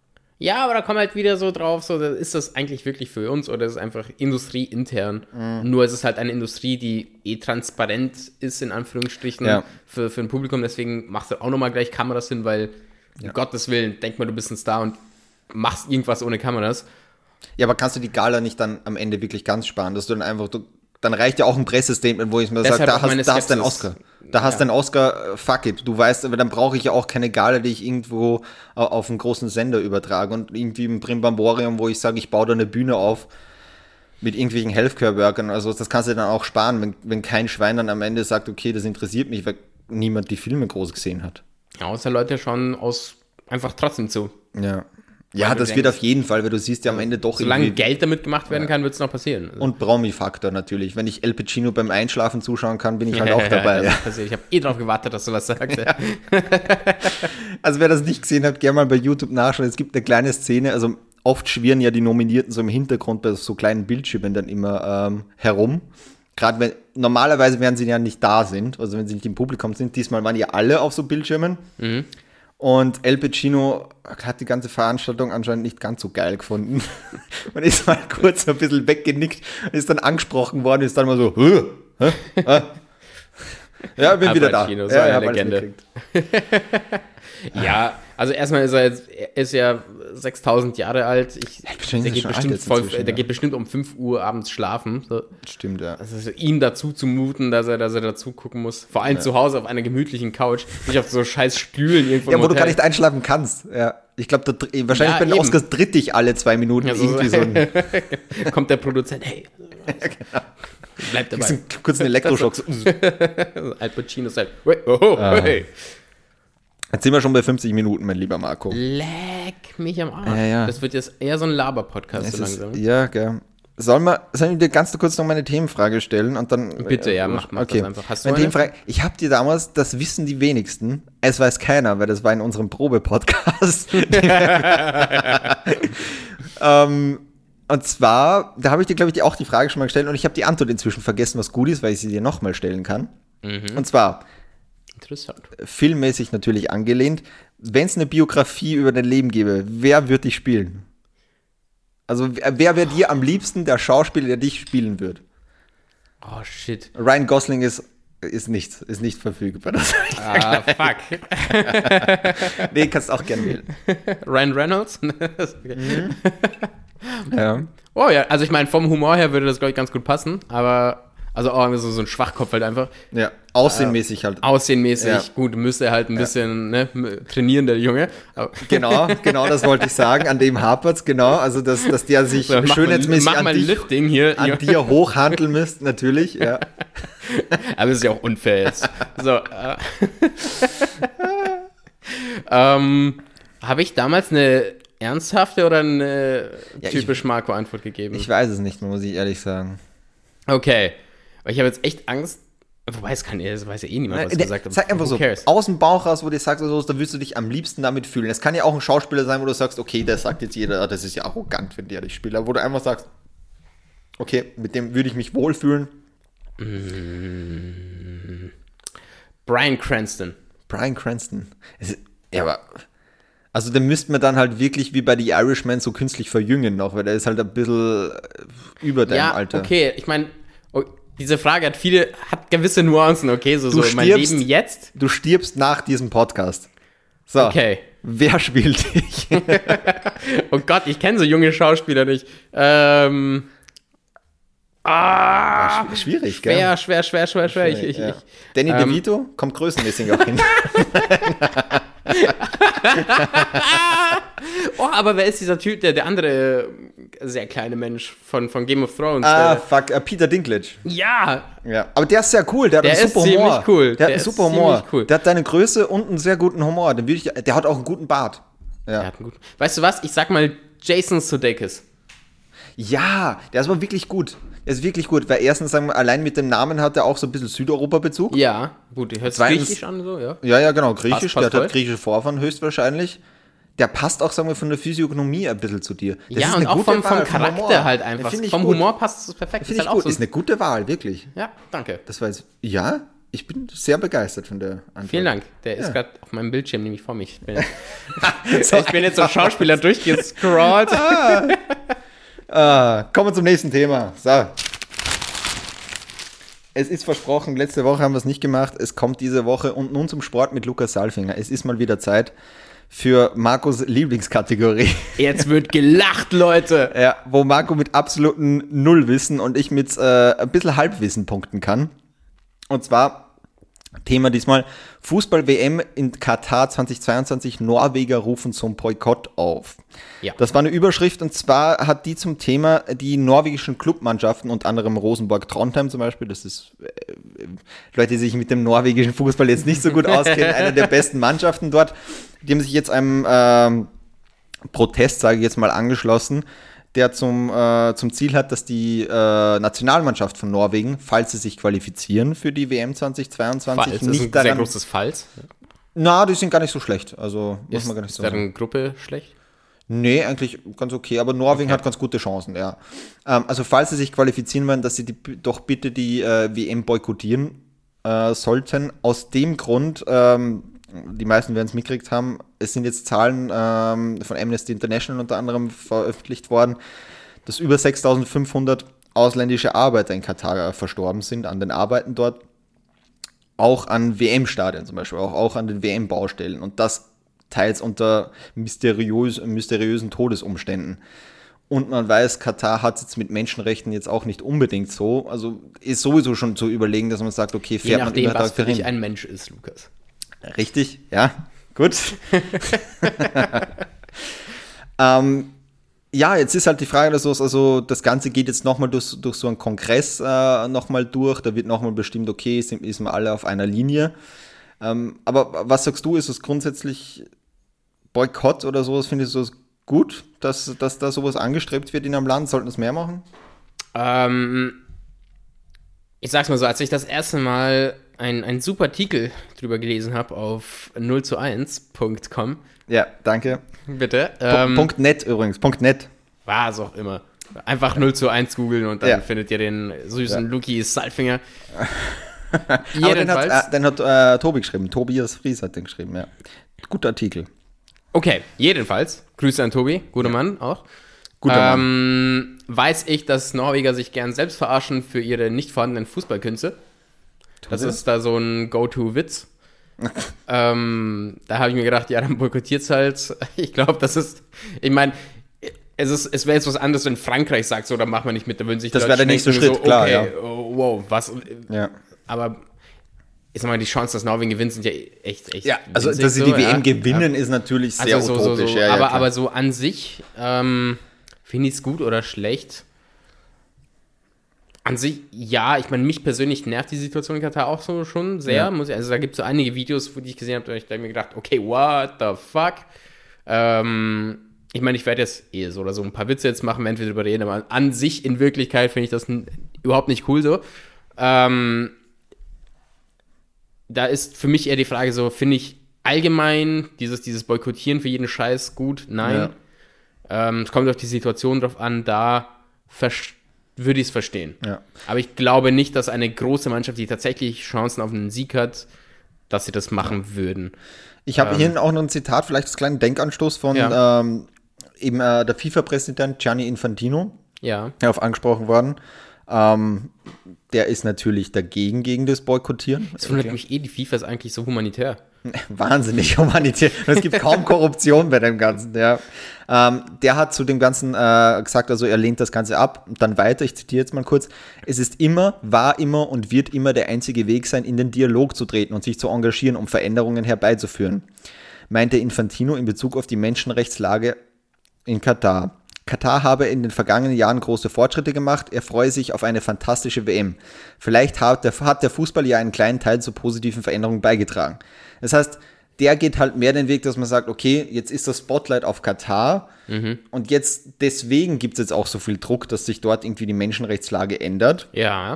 Ja, aber da kommt halt wieder so drauf, so, ist das eigentlich wirklich für uns oder ist es einfach industrieintern? Mhm. Nur es ist halt eine Industrie, die eh transparent ist, in Anführungsstrichen, ja. für, für ein Publikum. Deswegen machst du auch nochmal gleich Kameras hin, weil, ja. um Gottes Willen, denk mal, du bist ein Star und machst irgendwas ohne Kameras. Ja, aber kannst du die Gala nicht dann am Ende wirklich ganz sparen, dass du dann einfach... Du dann reicht ja auch ein Pressestatement, wo ich mir sage, da hast, da hast du einen Oscar. Da hast du ja. einen Oscar, fuck it. Du weißt, aber dann brauche ich ja auch keine Gala, die ich irgendwo auf einen großen Sender übertrage. Und irgendwie im Brimbamborium, wo ich sage, ich baue da eine Bühne auf mit irgendwelchen Healthcare-Workern. Also das kannst du dann auch sparen, wenn, wenn kein Schwein dann am Ende sagt, okay, das interessiert mich, weil niemand die Filme groß gesehen hat. Ja, außer Leute schauen aus einfach trotzdem zu. Ja. Ja, Weil du das denkst, wird auf jeden Fall, weil du siehst ja am Ende doch solange irgendwie... Geld damit gemacht werden kann, wird es noch passieren. Also. Und Promi-Faktor natürlich. Wenn ich El Pacino beim Einschlafen zuschauen kann, bin ich halt auch dabei. Ja, Ja. ich habe eh drauf gewartet, dass du was sagst. Ja. Also wer das nicht gesehen hat, gerne mal bei YouTube nachschauen. Es gibt eine kleine Szene, also oft schwirren ja die Nominierten so im Hintergrund bei so kleinen Bildschirmen dann immer ähm, herum. Gerade wenn, normalerweise werden sie ja nicht da sind, also wenn sie nicht im Publikum sind. Diesmal waren ja alle auf so Bildschirmen. Mhm. Und El Pacino hat die ganze Veranstaltung anscheinend nicht ganz so geil gefunden. Man ist mal kurz ein bisschen weggenickt und ist dann angesprochen worden, ist dann mal so, Hö? Hä? Hä? Ja, ich bin Al wieder Pacino, da. so Ja, eine Legende. Ja, also erstmal ist er jetzt, er ist ja sechstausend Jahre alt. Ich, Ja, der, geht bestimmt alt voll, inzwischen, der ja. geht bestimmt um fünf Uhr abends schlafen. So. Stimmt, ja. Also ihm dazu zu muten, dass er, dass er dazu gucken muss. Vor allem ja. zu Hause auf einer gemütlichen Couch, nicht auf so scheiß Stühlen irgendwo. Ja, im wo du Hotel. gar nicht einschlafen kannst. Ja. Ich glaube, wahrscheinlich Ja, bei den eben. Oscars tritt dich alle zwei Minuten Ja, so- irgendwie so ein, Kommt der Produzent, hey, bleib dabei. einen kurzen Elektroschock. So. Al Pacino sagt, hey, oh, Ah. hey. Jetzt sind wir schon bei fünfzig Minuten, mein lieber Marco. Leck mich am Arsch. Ja, ja. Das wird jetzt eher so ein Laber-Podcast Es so ist, langsam. ja, gell. Sollen wir, sollen wir dir ganz kurz noch meine Themenfrage stellen und dann... Bitte, ja, mach, mach okay. das einfach. Hast du Meine eine? Themenfrage, ich habe dir damals, das wissen die wenigsten, es weiß keiner, weil das war in unserem Probe-Podcast. ähm, und zwar, da habe ich dir, glaube ich, die- auch die Frage schon mal gestellt und ich habe die Antwort inzwischen vergessen, was gut ist, weil ich sie dir nochmal stellen kann. Mhm. Und zwar, Interessant. filmmäßig natürlich angelehnt, wenn es eine Biografie über dein Leben gäbe, wer würde dich spielen? Also wer wer wäre dir am liebsten der Schauspieler, der dich spielen wird? Oh, shit. Ryan Gosling ist, ist nicht, ist nicht verfügbar. Das Ah, fuck. nee, kannst auch gerne wählen. Ryan Reynolds? Ja. Oh ja, also ich meine, vom Humor her würde das, glaube ich, ganz gut passen, aber, also auch so, so ein Schwachkopf halt einfach. ja, aussehenmäßig halt. Aussehenmäßig, Ja. gut, müsste er halt ein bisschen ne, m- trainieren, der Junge. Aber Genau, genau, das wollte ich sagen. An dem hapert's, genau. Also, dass, dass der sich so, mach schönheitsmäßig mal, mach an, mal dich, Lifting hier. an dir hochhandeln müsst, natürlich, ja. Aber das ist ja auch unfair jetzt. So, äh. ähm, habe ich damals eine ernsthafte oder eine Ja, typisch Marco-Antwort gegeben? Ich weiß es nicht, muss ich ehrlich sagen. Okay, weil ich habe jetzt echt Angst, wobei es kann, das weiß ja eh niemand, was ich Ne, gesagt habe. Sag einfach Who so, cares? aus dem Bauch raus, wo du sagst, also, da willst du dich am liebsten damit fühlen. Es kann ja auch ein Schauspieler sein, wo du sagst, okay, der sagt jetzt jeder, das ist ja arrogant, wenn der dich spielt. Aber wo du einfach sagst, okay, mit dem würde ich mich wohlfühlen. Bryan Cranston. Bryan Cranston. Es ist, ja, aber, also den müssten wir dann halt wirklich wie bei The Irishman so künstlich verjüngen noch, weil der ist halt ein bisschen über deinem Ja, Alter. okay, ich meine, oh, diese Frage hat viele, hat gewisse Nuancen, okay, so, Du so mein stirbst- Leben jetzt. Du stirbst nach diesem Podcast. So, Okay. wer spielt dich? Oh Gott, ich kenne so junge Schauspieler nicht. Ähm, ah, Sch- Schwierig, gell? schwer, schwer, schwer, schwer, schwer. Ich, ich, ja. ich, Danny ähm, DeVito kommt größenmäßig auch hin. oh, aber wer ist dieser Typ, der, der andere äh, sehr kleine Mensch von, von Game of Thrones? ah, der, fuck, äh, Peter Dinklage. ja, Ja, aber der ist sehr cool, der hat Der einen ist super Humor. ziemlich cool. Der, Der hat einen ist super Humor. ziemlich cool. Der hat deine Größe und einen sehr guten Humor. Den würde ich, der hat auch einen guten Bart. der Ja. hat einen guten. Weißt du was? Ich sag mal Jason Sudeikis. ja, der ist aber wirklich gut. Der ist wirklich gut, weil erstens sagen wir, allein mit dem Namen hat er auch so ein bisschen Südeuropa-Bezug. Ja, gut, hört sich Zweitens- griechisch an, so, ja. Ja, ja, genau, griechisch. Passt, passt der voll. hat griechische Vorfahren höchstwahrscheinlich. Der passt auch, sagen wir, von der Physiognomie ein bisschen zu dir. Das Ja, ist und eine auch gute vom, vom Wahl, vom Charakter Humor. halt Den einfach. find ich Vom gut. Humor passt es perfekt. Finde ich halt gut. so Ist eine gute Wahl, wirklich. Ja, danke. Das war jetzt, ja, ich bin sehr begeistert von der Antwort. Vielen Dank. Der Ja. ist gerade auf meinem Bildschirm nämlich vor mich. Ich bin jetzt, ich bin jetzt so Schauspieler durchgescrollt. Ah, kommen wir zum nächsten Thema. So. Es ist versprochen, letzte Woche haben wir es nicht gemacht. Es kommt diese Woche und nun zum Sport mit Lukas Salfinger. Es ist mal wieder Zeit für Marcos Lieblingskategorie. Jetzt wird gelacht, Leute. Ja, wo Marco mit absolutem Nullwissen und ich mit äh, ein bisschen Halbwissen punkten kann. Und zwar Thema diesmal Fußball-W M in Katar zweitausendzweiundzwanzig. Norweger rufen zum Boykott auf. Ja. Das war eine Überschrift und zwar hat die zum Thema die norwegischen Clubmannschaften, unter anderem Rosenborg Trondheim zum Beispiel, das ist, äh, Leute, die sich mit dem norwegischen Fußball jetzt nicht so gut auskennen, einer der besten Mannschaften dort, die haben sich jetzt einem ähm, Protest, sage ich jetzt mal, angeschlossen, der zum, äh, zum Ziel hat, dass die äh, Nationalmannschaft von Norwegen, falls sie sich qualifizieren für die W M zweitausendzweiundzwanzig, Falls, nicht das ist ein daran, sehr großes Falls. Na, die sind gar nicht so schlecht. Also muss Ist, man gar nicht ist so deren sagen. Gruppe schlecht? Nee, eigentlich ganz okay. Aber Norwegen Okay. hat ganz gute Chancen, ja. Ähm, also falls sie sich qualifizieren wollen, dass sie die, doch bitte die äh, W M boykottieren äh, sollten. Aus dem Grund, ähm, die meisten werden es mitgekriegt haben, es sind jetzt Zahlen ähm, von Amnesty International unter anderem veröffentlicht worden, dass über sechstausendfünfhundert ausländische Arbeiter in Katar verstorben sind an den Arbeiten dort. Auch an W M-Stadien zum Beispiel, auch, auch an den W M-Baustellen und das teils unter mysteriös, mysteriösen Todesumständen. Und man weiß, Katar hat es jetzt mit Menschenrechten jetzt auch nicht unbedingt so. Also ist sowieso schon zu überlegen, dass man sagt, okay, Je fährt man nachdem, über was für dahin. dich ein Mensch ist, Lukas. Richtig, ja, gut. ähm, ja, jetzt ist halt die Frage, dass also das Ganze geht jetzt nochmal durch, durch so einen Kongress äh, nochmal durch, da wird nochmal bestimmt, okay, sind, sind wir alle auf einer Linie. Ähm, aber was sagst du, ist es grundsätzlich Boykott oder sowas, findest du das gut, dass, dass da sowas angestrebt wird in einem Land? Sollten das mehr machen? Ähm, ich sag's mal so, als ich das erste Mal einen, einen super Artikel drüber gelesen habe auf null zu eins Punkt com, Ja, danke. bitte, P- ähm, Punkt net übrigens, Punkt net. war es auch immer. Einfach null zu eins googeln und dann Ja. findet ihr den süßen Ja. Luki Salfinger. Aber den hat, Jedenfalls, äh, den hat äh, Tobi geschrieben, Tobias Fries hat den geschrieben, ja. Guter Artikel. okay, jedenfalls, Grüße an Tobi, guter Mann auch. Guter ähm, weiß ich, dass Norweger sich gern selbst verarschen für ihre nicht vorhandenen Fußballkünste. Das sie? ist da so ein Go-To-Witz. ähm, da habe ich mir gedacht, ja, dann boykottiert's halt. Ich glaube, das ist, ich meine, es, ist, es wäre jetzt was anderes, wenn Frankreich sagt, so, da machen wir nicht mit, da würden sich die Das Leute wäre der nächste denken, Schritt, klar, okay, ja. oh, wow, was, Ja. aber ich sag mal, die Chancen, dass Norwegen gewinnt, sind ja echt, echt Ja, also winzig dass sie so, die ja. W M gewinnen, ist natürlich sehr Also so, so, utopisch. so. Ja, ja, aber, klar. aber so an sich, ähm, finde ich es gut oder schlecht? An sich, ja, ich meine, mich persönlich nervt die Situation in Katar auch so schon sehr. Ja. Muss ich, also da gibt es so einige Videos, die ich gesehen habe, da habe ich mir gedacht, okay, what the fuck? Ähm, ich meine, ich werde jetzt eh so oder so ein paar Witze jetzt machen, wenn wir drüber reden, aber an sich in Wirklichkeit finde ich das n- überhaupt nicht cool so. Ähm, da ist für mich eher die Frage so, finde ich allgemein dieses, dieses Boykottieren für jeden Scheiß gut? Nein. Ähm, es kommt auf die Situation drauf an, da vers- würde ich es verstehen. Ja. Aber ich glaube nicht, dass eine große Mannschaft, die tatsächlich Chancen auf einen Sieg hat, dass sie das machen würden. Ich habe Ähm, hier auch noch ein Zitat, vielleicht als kleinen Denkanstoß von Ja. ähm, eben äh, der FIFA-Präsident Gianni Infantino, Ja. darauf angesprochen worden. Ähm, der ist natürlich dagegen, gegen das Boykottieren. Das wundert mich eh, die FIFA ist eigentlich so humanitär. Wahnsinnig humanitär. Und es gibt kaum Korruption bei dem Ganzen. Ja. Ähm, der hat zu dem Ganzen äh, gesagt, also er lehnt das Ganze ab. Und dann weiter, ich zitiere jetzt mal kurz. Es ist immer, war immer und wird immer der einzige Weg sein, in den Dialog zu treten und sich zu engagieren, um Veränderungen herbeizuführen, meinte Infantino in Bezug auf die Menschenrechtslage in Katar. Katar habe in den vergangenen Jahren große Fortschritte gemacht. Er freue sich auf eine fantastische W M. Vielleicht hat der, hat der Fußball ja einen kleinen Teil zu positiven Veränderungen beigetragen. Das heißt, der geht halt mehr den Weg, dass man sagt, okay, jetzt ist das Spotlight auf Katar Mhm. und jetzt deswegen gibt es jetzt auch so viel Druck, dass sich dort irgendwie die Menschenrechtslage ändert. Ja.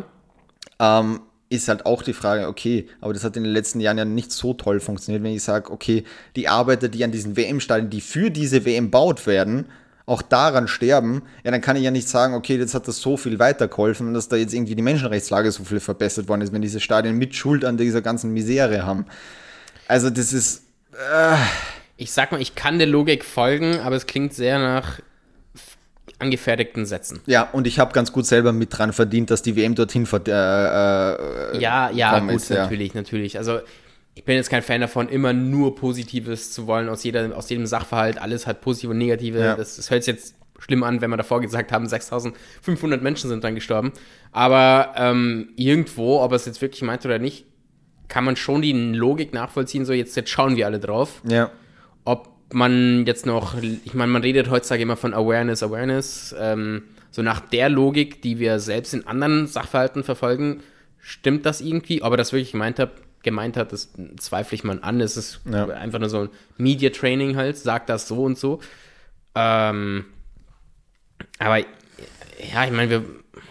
Ähm, ist halt auch die Frage, okay, aber das hat in den letzten Jahren ja nicht so toll funktioniert, wenn ich sage, okay, die Arbeiter, die an diesen W M-Stadien, die für diese W M baut werden, auch daran sterben, ja, dann kann ich ja nicht sagen, okay, jetzt hat das so viel weitergeholfen, dass da jetzt irgendwie die Menschenrechtslage so viel verbessert worden ist, wenn diese Stadien mit Schuld an dieser ganzen Misere haben. Also das ist, äh, Ich sag mal, ich kann der Logik folgen, aber es klingt sehr nach f- angefertigten Sätzen. ja, und ich habe ganz gut selber mit dran verdient, dass die W M dorthin ver- äh, äh, Ja, ja, gekommen gut, ist, ja. natürlich, natürlich. Also ich bin jetzt kein Fan davon, immer nur Positives zu wollen aus, jeder, aus jedem Sachverhalt. Alles hat positive und negative. Ja. Das, das hört sich jetzt schlimm an, wenn wir davor gesagt haben, sechstausendfünfhundert Menschen sind dann gestorben. Aber ähm, irgendwo, ob er es jetzt wirklich meint oder nicht, kann man schon die Logik nachvollziehen, so jetzt, jetzt schauen wir alle drauf. Ja. Ob man jetzt noch, ich meine, man redet heutzutage immer von Awareness, Awareness, ähm, so nach der Logik, die wir selbst in anderen Sachverhalten verfolgen, stimmt das irgendwie? Ob er das wirklich gemeint hat, gemeint hat, das zweifle ich mal an. Es ist Ja. einfach nur so ein Media-Training halt, sagt das so und so. Ähm, aber ja, ich meine, wir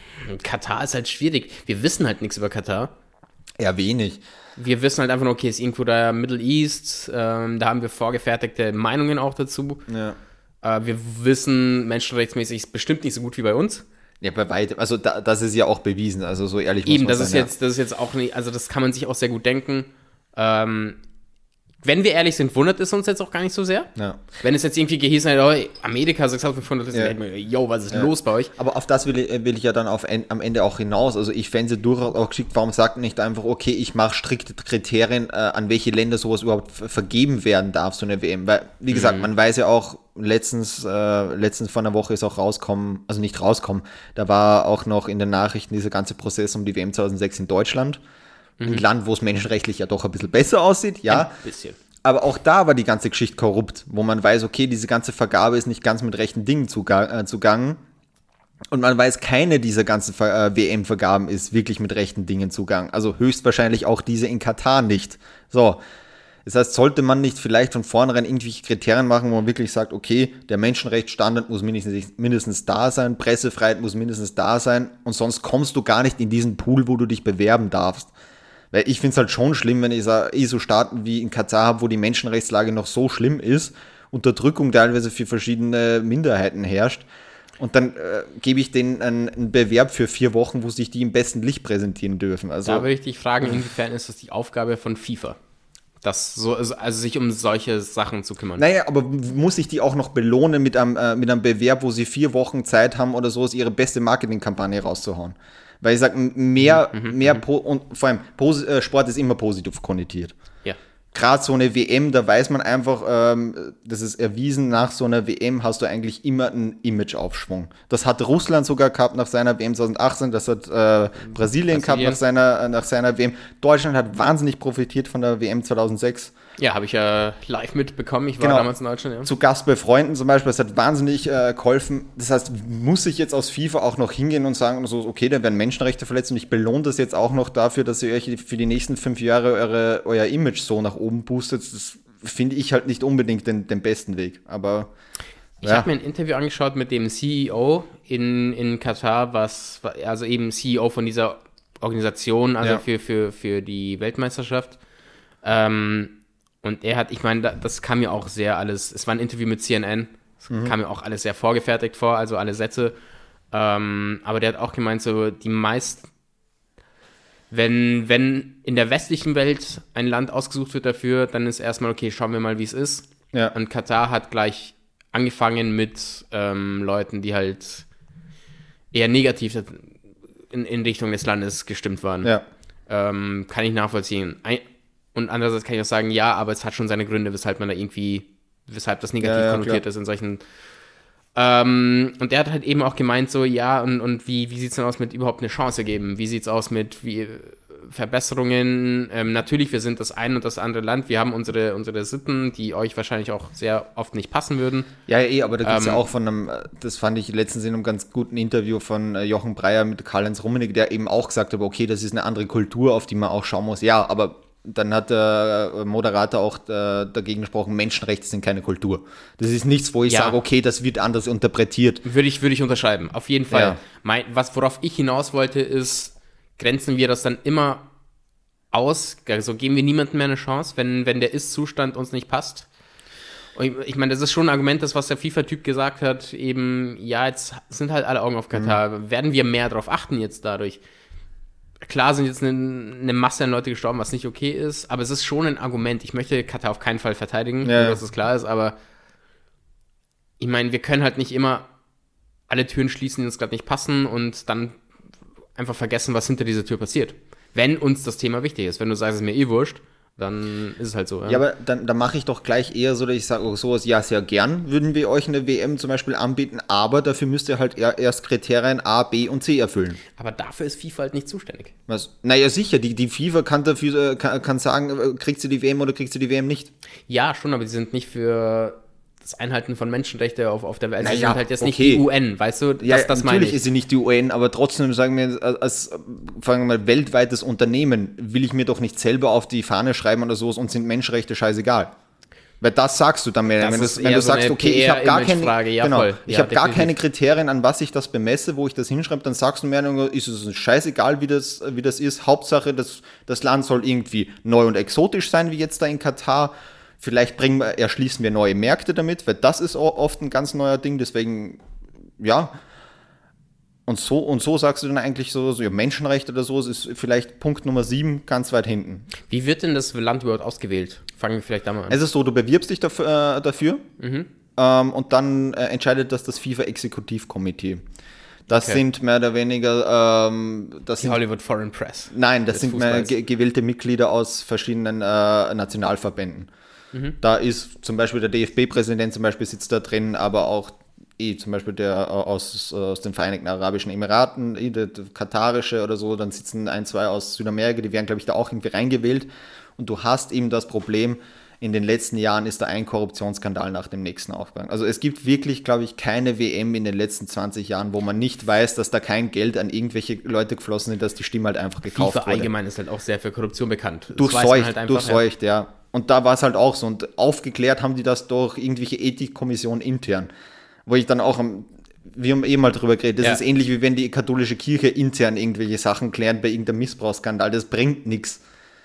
Katar ist halt schwierig. Wir wissen halt nichts über Katar. Ja, wenig. Wir wissen halt einfach nur, okay, es ist irgendwo der Middle East, ähm, da haben wir vorgefertigte Meinungen auch dazu. Ja. Äh, wir wissen, menschenrechtsmäßig ist bestimmt nicht so gut wie bei uns. Ja, bei weitem. Also da, das ist ja auch bewiesen, also so ehrlich muss Eben, man das sein, ist ja. jetzt, das ist jetzt auch nicht, also das kann man sich auch sehr gut denken. Ähm, wenn wir ehrlich sind, wundert es uns jetzt auch gar nicht so sehr. Ja. Wenn es jetzt irgendwie gehießen hätte, oh, Amerika sechstausendfünfhundert ist, Ja. dann hätten wir, yo, was ist Ja. los bei euch? Aber auf das will ich, will ich ja dann auf, am Ende auch hinaus. Also ich fände es durchaus auch geschickt, warum sagt man nicht einfach, okay, ich mache strikte Kriterien, äh, an welche Länder sowas überhaupt ver- vergeben werden darf, so eine W M. Weil, wie gesagt, Mhm. man weiß ja auch, letztens, äh, letztens vor einer Woche ist auch rauskommen, also nicht rauskommen, da war auch noch in den Nachrichten dieser ganze Prozess um die W M zweitausendsechs in Deutschland. Mhm. Ein Land, wo es menschenrechtlich ja doch ein bisschen besser aussieht, ja. Ein bisschen. Aber auch da war die ganze Geschichte korrupt, wo man weiß, okay, diese ganze Vergabe ist nicht ganz mit rechten Dingen zuga- äh, zugangen. Und man weiß, keine dieser ganzen Ver- äh, W M-Vergaben ist wirklich mit rechten Dingen zugangen. Also höchstwahrscheinlich auch diese in Katar nicht. So, das heißt, sollte man nicht vielleicht von vornherein irgendwelche Kriterien machen, wo man wirklich sagt, okay, der Menschenrechtsstandard muss mindestens, mindestens da sein, Pressefreiheit muss mindestens da sein und sonst kommst du gar nicht in diesen Pool, wo du dich bewerben darfst. Weil ich finde es halt schon schlimm, wenn ich eh so Staaten wie in Katar habe, wo die Menschenrechtslage noch so schlimm ist, Unterdrückung teilweise für verschiedene Minderheiten herrscht. Und dann äh, gebe ich denen einen, einen Bewerb für vier Wochen, wo sich die im besten Licht präsentieren dürfen. Also, Da würde ich dich fragen, inwiefern ist das die Aufgabe von FIFA? Das so, also also sich um solche Sachen zu kümmern. naja, aber muss ich die auch noch belohnen mit einem, äh, mit einem Bewerb, wo sie vier Wochen Zeit haben oder so, ihre beste Marketingkampagne rauszuhauen? Weil ich sage, mehr, Mhm, mehr po- und vor allem posi- äh, Sport ist immer positiv konnotiert. Ja. Gerade so eine W M, da weiß man einfach, ähm, das ist erwiesen, nach so einer W M hast du eigentlich immer einen Imageaufschwung. Das hat Russland sogar gehabt nach seiner W M zweitausendachtzehn, das hat äh, Brasilien, gehabt nach seiner, äh, nach seiner W M. Deutschland hat wahnsinnig profitiert von der W M zweitausendsechs. Ja, habe ich ja live mitbekommen. Ich war Genau. damals in Deutschland. Ja. Zu Gast bei Freunden zum Beispiel, das hat wahnsinnig äh, geholfen. Das heißt, muss ich jetzt aus FIFA auch noch hingehen und sagen, so, okay, da werden Menschenrechte verletzt und ich belohne das jetzt auch noch dafür, dass ihr euch für die nächsten fünf Jahre eure, euer Image so nach oben boostet. Das finde ich halt nicht unbedingt den, den besten Weg. Aber Ich ja. habe mir ein Interview angeschaut mit dem C E O in, in Katar, was, also eben C E O von dieser Organisation, also Ja. für, für, für die Weltmeisterschaft. Ähm, und er hat, ich meine, da- das kam mir auch sehr alles, es war ein Interview mit C N N, es Mhm. kam mir auch alles sehr vorgefertigt vor, also alle Sätze. Ähm, aber der hat auch gemeint, so die meisten, wenn, wenn in der westlichen Welt ein Land ausgesucht wird dafür, dann ist erstmal, okay, schauen wir mal, wie es ist. Ja. Und Katar hat gleich angefangen mit ähm, Leuten, die halt eher negativ in, in Richtung des Landes gestimmt waren. Ja. Ähm, kann ich nachvollziehen. Ein, und andererseits kann ich auch sagen, ja, aber es hat schon seine Gründe, weshalb man da irgendwie, weshalb das negativ Ja, ja, konnotiert klar. ist in solchen. Ähm, und der hat halt eben auch gemeint, so, ja, und, und wie, wie sieht es denn aus mit überhaupt eine Chance geben? Wie sieht es aus mit wie, Verbesserungen? Ähm, natürlich, wir sind das ein und das andere Land. Wir haben unsere, unsere Sitten, die euch wahrscheinlich auch sehr oft nicht passen würden. Ja, eh, aber da gibt es Ähm, ja auch von einem, äh, das fand ich letztens in einem ganz guten Interview von äh, Jochen Breyer mit Karl-Heinz Rummenigge, der eben auch gesagt hat, okay, das ist eine andere Kultur, auf die man auch schauen muss. Ja, aber dann hat der Moderator auch äh, dagegen gesprochen, Menschenrechte sind keine Kultur. Das ist nichts, wo ich Ja. sage, okay, das wird anders interpretiert. Würde ich, würde ich unterschreiben. Auf jeden Fall. Ja. Mein, was, worauf ich hinaus wollte, ist, grenzen wir das dann immer aus? Also geben wir niemandem mehr eine Chance, wenn, wenn der Ist-Zustand uns nicht passt? Und ich, ich meine, das ist schon ein Argument, das, was der FIFA-Typ gesagt hat, eben, ja, jetzt sind halt alle Augen auf Katar. Mhm. Werden wir mehr darauf achten jetzt dadurch? Klar sind jetzt eine, eine Masse an Leute gestorben, was nicht okay ist, aber es ist schon ein Argument. Ich möchte Katar auf keinen Fall verteidigen, Ja. nur dass es klar ist, aber ich meine, wir können halt nicht immer alle Türen schließen, die uns gerade nicht passen und dann einfach vergessen, was hinter dieser Tür passiert. Wenn uns das Thema wichtig ist. Wenn du sagst, es ist mir eh wurscht, dann ist es halt so. Ja, aber dann, dann mache ich doch gleich eher so, dass ich sage, oh, sowas, ja, sehr gern würden wir euch eine W M zum Beispiel anbieten, aber dafür müsst ihr halt eher- erst Kriterien A, B und C erfüllen. aber dafür ist FIFA halt nicht zuständig. Was? Naja, sicher, die, die FIFA kann dafür äh, kann, kann sagen, äh, kriegt sie die W M oder kriegt sie die W M nicht. Ja, schon, aber die sind nicht für das Einhalten von Menschenrechten auf, auf der Welt. Sie Naja, sind halt jetzt nicht okay. die U N, weißt du? Das, Ja, das meine natürlich ich. ist sie nicht die U N, aber trotzdem sagen wir, als, als fangen wir mal, weltweites Unternehmen will ich mir doch nicht selber auf die Fahne schreiben oder sowas und sind Menschenrechte scheißegal. Weil das sagst du dann mehr. Das wenn, ist das, wenn eher du so sagst, eine okay, ich habe gar keine, P R-Image-Frage. Ja, genau, voll. ich Ja, habe gar definitiv. keine Kriterien, an was ich das bemesse, wo ich das hinschreibe, dann sagst du mir, ist es scheißegal, wie das, wie das ist. Hauptsache, das, das Land soll irgendwie neu und exotisch sein, wie jetzt da in Katar. Vielleicht bringen wir, erschließen wir neue Märkte damit, weil das ist oft ein ganz neuer Ding. Deswegen, ja. Und so, und so sagst du dann eigentlich so, so ja, Menschenrechte oder so, es ist vielleicht Punkt Nummer sieben ganz weit hinten. Wie wird denn das Land überhaupt ausgewählt? Fangen wir vielleicht da mal an. Es ist so, du bewirbst dich dafür, äh, dafür Mhm. ähm, und dann äh, entscheidet das das FIFA-Exekutivkomitee. Das Okay. sind mehr oder weniger, ähm, das Die sind, Hollywood Foreign Press. nein, das des sind mehr Fußballs. ge gewählte Mitglieder aus verschiedenen äh, Nationalverbänden. Mhm. Da ist zum Beispiel der D F B-Präsident zum Beispiel sitzt da drin, aber auch eh, zum Beispiel der aus, aus den Vereinigten Arabischen Emiraten, eh, der, der katarische oder so, dann sitzen ein, zwei aus Südamerika, die werden, glaube ich, da auch irgendwie reingewählt. Und du hast eben das Problem, in den letzten Jahren ist da ein Korruptionsskandal nach dem nächsten aufgegangen. Also es gibt wirklich, glaube ich, keine W M in den letzten zwanzig Jahren, wo man nicht weiß, dass da kein Geld an irgendwelche Leute geflossen ist, dass die Stimme halt einfach gekauft FIFA wurde. allgemein ist halt auch sehr für Korruption bekannt. Das weiß man Durchseucht, halt einfach, durchseucht, ja. Und da war es halt auch so. Und aufgeklärt haben die das durch irgendwelche Ethikkommissionen intern. Wo ich dann auch, am- wir haben eh mal drüber geredet, das Ja. ist ähnlich wie wenn die katholische Kirche intern irgendwelche Sachen klären bei irgendeinem Missbrauchsskandal. Das bringt nichts.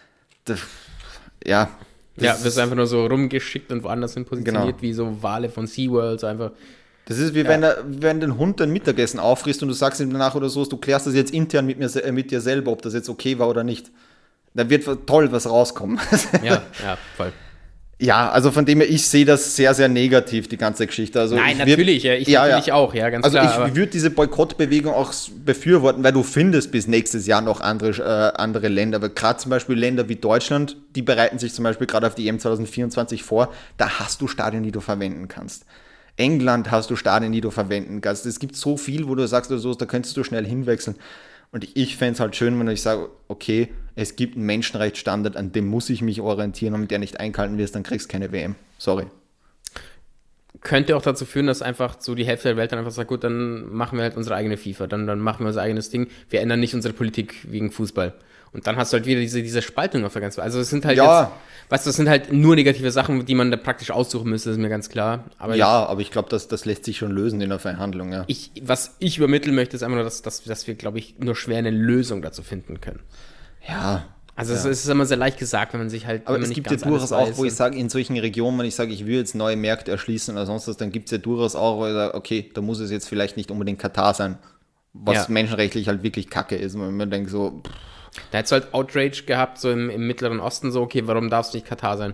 Ja. Das, Ja, wirst einfach nur so rumgeschickt und woanders hin positioniert, Genau. wie so Wale von SeaWorld, so einfach. das ist wie wenn, er, wenn den Hund dein Mittagessen auffrisst und du sagst ihm danach oder so, du klärst das jetzt intern mit, mir, se- äh, mit dir selber, ob das jetzt okay war oder nicht. Dann wird toll was rauskommen. Ja, ja, voll. Ja, also von dem her, ich sehe das sehr, sehr negativ, die ganze Geschichte. Also Nein, ich würd- natürlich, ja, ich ja, natürlich ja. auch, ja, ganz Also klar. aber- ich würde diese Boykottbewegung auch s- befürworten, weil du findest bis nächstes Jahr noch andere, äh, andere Länder. Aber gerade zum Beispiel Länder wie Deutschland, die bereiten sich zum Beispiel gerade auf die E M zwanzig vierundzwanzig vor. Da hast du Stadien, die du verwenden kannst. England hast du Stadien, die du verwenden kannst. Es gibt so viel, wo du sagst, oder so, da könntest du schnell hinwechseln. Und ich fände es halt schön, wenn ich sage, okay, es gibt einen Menschenrechtsstandard, an dem muss ich mich orientieren und wenn der nicht eingehalten wird, dann kriegst du keine W M. Sorry. könnte auch dazu führen, dass einfach so die Hälfte der Welt dann einfach sagt, gut, dann machen wir halt unsere eigene FIFA, dann, dann machen wir unser eigenes Ding, wir ändern nicht unsere Politik wegen Fußball. Und dann hast du halt wieder diese, diese Spaltung auf der ganzen Welt. Also es sind halt Ja. jetzt, weißt du, das sind halt nur negative Sachen, die man da praktisch aussuchen müsste, ist mir ganz klar. Aber Ja, aber ich glaube, das, das lässt sich schon lösen in der Verhandlung, ja. ich, was ich übermitteln möchte, ist einfach nur, dass, dass, dass wir, glaube ich, nur schwer eine Lösung dazu finden können. Ja. Also es ist immer sehr leicht gesagt, wenn man sich halt Aber wenn man es nicht gibt ja ganz alles durchaus auch, weiß wo ich und- sage, in solchen Regionen, wenn ich sage, ich will jetzt neue Märkte erschließen oder sonst was, dann gibt es ja durchaus auch, wo ich sage, okay, da muss es jetzt vielleicht nicht unbedingt Katar sein, was Ja. menschenrechtlich halt wirklich kacke ist. Und man denkt so, pff, Da hättest du halt Outrage gehabt, so im, im Mittleren Osten, so, okay, warum darf es nicht Katar sein?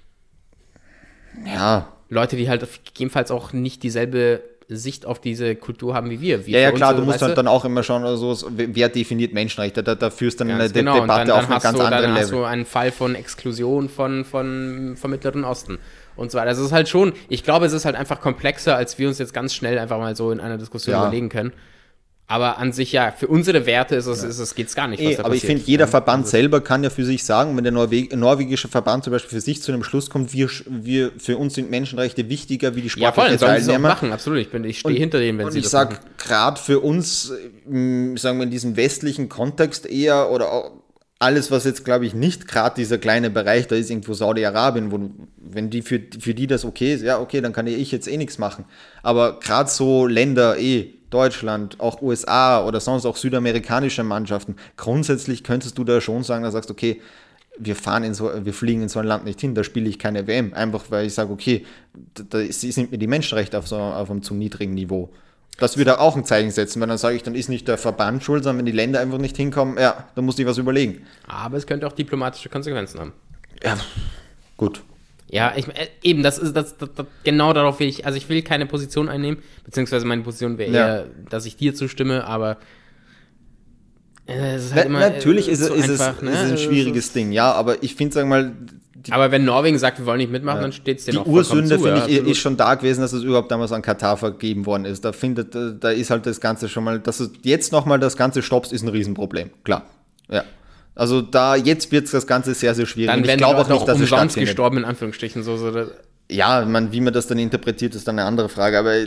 ja. Leute, die halt gegebenenfalls auch nicht dieselbe Sicht auf diese Kultur haben wie wir. Wie Ja, ja, für klar, uns, du musst weißt halt dann auch immer schauen, also, so, wer definiert Menschenrechte, da, da führst du dann Ganz eine De genau, und Debatte dann, dann auf einem hast ganz du, anderen dann hast Level. du einen Fall von Exklusion von, von, vom Mittleren Osten und so weiter. Also es ist halt schon, ich glaube, es ist halt einfach komplexer, als wir uns jetzt ganz schnell einfach mal so in einer Diskussion Ja. überlegen können. Aber an sich, ja, für unsere Werte ist es, ist es, geht's gar nicht, was Eh, da aber ich passiert. finde, jeder Ja, Verband also- selber kann ja für sich sagen, wenn der Norweg norwegische Verband zum Beispiel für sich zu einem Schluss kommt, wir, wir, für uns sind Menschenrechte wichtiger wie die Ja, voll, sportliche dann sollen sie es auch Teilnehmer. machen, absolut. Ich, bin- ich stehe hinter denen, wenn Und sie ich das sage, machen. gerade für uns, mh, sagen wir in diesem westlichen Kontext eher, oder auch alles, was jetzt, glaube ich, nicht gerade dieser kleine Bereich, da ist irgendwo Saudi-Arabien, wo, wenn die für, für die das okay ist, ja, okay, dann kann ich jetzt eh nichts machen. Aber gerade so Länder, eh, Deutschland, auch U S A oder sonst auch südamerikanische Mannschaften, grundsätzlich könntest du da schon sagen, da sagst, okay, wir fahren in so, wir fliegen in so ein Land nicht hin, da spiele ich keine W M. Einfach weil ich sage, okay, da, da sind mir die Menschenrechte auf so auf einem zu niedrigen Niveau. Das würde auch ein Zeichen setzen, weil dann sage ich, dann ist nicht der Verband schuld, sondern wenn die Länder einfach nicht hinkommen, ja, dann muss ich was überlegen. Aber es könnte auch diplomatische Konsequenzen haben. Ja, gut. Ja, ich, äh, eben, das ist, das, das, das, genau darauf will ich, also ich will keine Position einnehmen, beziehungsweise meine Position wäre Ja. eher, dass ich dir zustimme, aber äh, es ist Na, halt immer, natürlich äh, ist, es, so ist, es, einfach, ne? ist es ein Also, schwieriges Ding, ja, aber ich finde, sagen wir mal, die, Aber wenn Norwegen sagt, wir wollen nicht mitmachen, dann steht es denen die auch vollkommen Ursünde, zu, finde ja, ich, absolut. ist schon da gewesen, dass es überhaupt damals an Katar vergeben worden ist. Da findet, da ist halt das Ganze schon mal, dass du jetzt nochmal das Ganze stoppst, ist ein Riesenproblem, klar. Ja. Also da, jetzt wird das Ganze sehr, sehr schwierig. Dann Und ich werden die glaube auch Leute nicht, auch dass es umsonst stattfindet. gestorben, in Anführungsstrichen. So, so, das, Ja, man, wie man das dann interpretiert, ist dann eine andere Frage. Aber ja,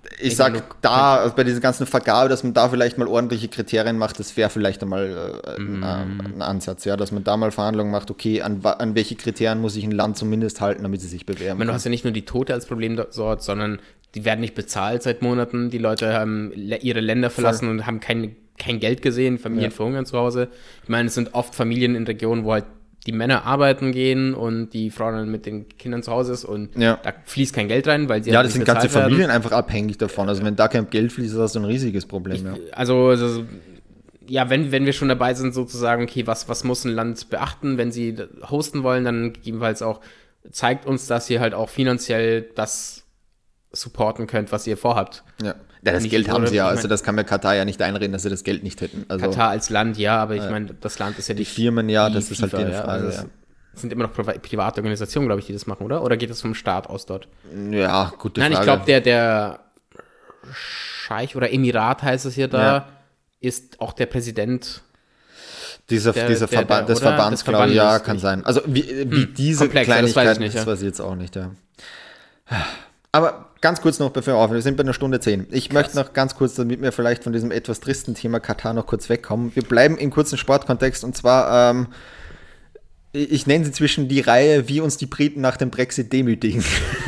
ich sag da, also bei dieser ganzen Vergabe, dass man da vielleicht mal ordentliche Kriterien macht, das wäre vielleicht einmal äh, ein, mm. ein Ansatz, ja, dass man da mal Verhandlungen macht, okay, an, an welche Kriterien muss sich ein Land zumindest halten, damit sie sich bewerben. Du hast ja nicht nur die Tote als Problem dort, sondern die werden nicht bezahlt seit Monaten, die Leute haben ihre Länder verlassen Voll. und haben kein, kein Geld gesehen, Familien ja. verhungern zu Hause. Ich meine, es sind oft Familien in Regionen, wo halt die Männer arbeiten gehen und die Frau dann mit den Kindern zu Hause ist und ja. da fließt kein Geld rein, weil sie Ja, halt das sind ganze Familien werden. einfach abhängig davon. Also wenn da kein Geld fließt, ist das so ein riesiges Problem. Ich, ja. Also, also ja, wenn, wenn wir schon dabei sind, sozusagen, okay, was, was muss ein Land beachten, wenn sie hosten wollen, dann gegebenenfalls auch, zeigt uns, dass ihr halt auch finanziell das supporten könnt, was ihr vorhabt. Ja, ja das Geld haben sie ja, also das kann mir Katar ja nicht einreden, dass sie das Geld nicht hätten. Also, Katar als Land, ja, aber ich äh, meine, das Land ist ja die Firmen, ja, das ist FIFA, halt die ja, Frage. Also ja. Es sind immer noch Pri- private Organisationen, glaube ich, die das machen, oder? Oder geht das vom Staat aus dort? Ja, gute Nein, Frage. ich glaube, der, der Scheich oder Emirat heißt es hier da, ja. ist auch der Präsident Dieser, der, dieser der, Verband, der, des Verbands, glaube ich, ja, kann sein. Also wie, wie hm, diese komplex, Kleinigkeit, das weiß ich nicht, das ja. weiß ich jetzt auch nicht, ja. Aber ganz kurz noch, bevor wir aufhören, wir sind bei einer Stunde zehn. Ich Krass. möchte noch ganz kurz, damit wir vielleicht von diesem etwas tristen Thema Katar noch kurz wegkommen. Wir bleiben im kurzen Sportkontext und zwar, ähm, ich, ich nenne sie zwischen die Reihe, wie uns die Briten nach dem Brexit demütigen.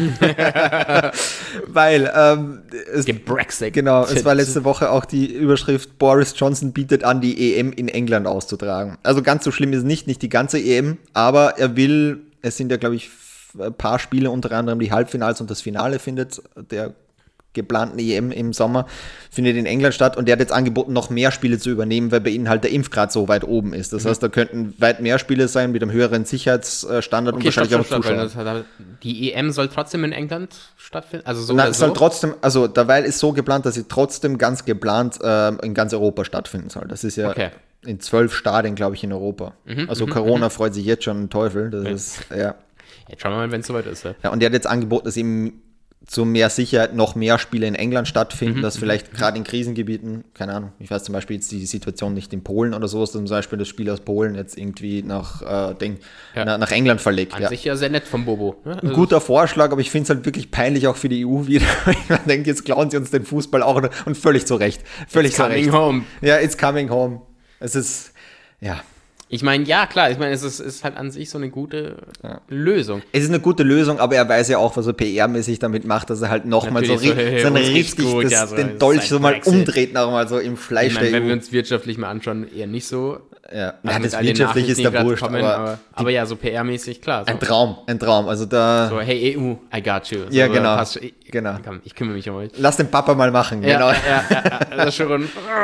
Weil, ähm, es, Brexit. Genau, es war letzte Woche auch die Überschrift, Boris Johnson bietet an, die E M in England auszutragen. Also ganz so schlimm ist es nicht, nicht die ganze E M, aber er will, es sind ja, glaube ich, ein paar Spiele, unter anderem die Halbfinals und das Finale findet der geplanten E M im Sommer, findet in England statt und der hat jetzt angeboten, noch mehr Spiele zu übernehmen, weil bei ihnen halt der Impfgrad so weit oben ist. Das mhm. heißt, da könnten weit mehr Spiele sein mit einem höheren Sicherheitsstandard okay, und wahrscheinlich stopp, stopp, auch Zuschauer. Hat, die E M soll trotzdem in England stattfinden? Also so Nein, oder es soll so? trotzdem, also derweil ist so geplant, dass sie trotzdem ganz geplant äh, in ganz Europa stattfinden soll. Das ist ja okay. in zwölf Stadien, glaube ich, in Europa. Mhm, also Corona mhm. freut sich jetzt schon ein Teufel. Das okay. ist, ja. Jetzt schauen wir mal, wenn es soweit ist. Ja. Ja, und der hat jetzt angeboten, dass eben zu mehr Sicherheit noch mehr Spiele in England stattfinden, mhm. dass vielleicht gerade in Krisengebieten, keine Ahnung, ich weiß zum Beispiel jetzt die Situation nicht in Polen oder so, ist zum Beispiel das Spiel aus Polen jetzt irgendwie nach, äh, Ding, ja. nach, nach England verlegt. An ja. sich ja sehr nett vom Bobo. Ne? Also ein guter Vorschlag, aber ich finde es halt wirklich peinlich auch für die E U wieder. Ich denke, jetzt klauen sie uns den Fußball auch und völlig zu Recht. Völlig it's zu coming Recht. home. Ja, it's coming home. Es ist, ja. Ich meine, ja, klar, ich meine, es ist, ist halt an sich so eine gute ja. Lösung. Es ist eine gute Lösung, aber er weiß ja auch, was er P R-mäßig damit macht, dass er halt nochmal so, so, hey, hey, so richtig gut, das, ja, so den Dolch so mal Brexit. umdreht, nochmal so im Fleisch. Ich meine, wenn wir uns wirtschaftlich mal anschauen, eher nicht so. Ja, ja das wirtschaftlich ist da wurscht. Kommen, aber, aber, aber ja, so P R-mäßig, klar. So. Ein Traum, ein Traum. Also da. So, hey E U, I got you. So, ja, genau. Passt, ich, genau. Komm, ich kümmere mich um euch. Lass den Papa mal machen, ja, genau. Ja, ja, ja, das ist schon.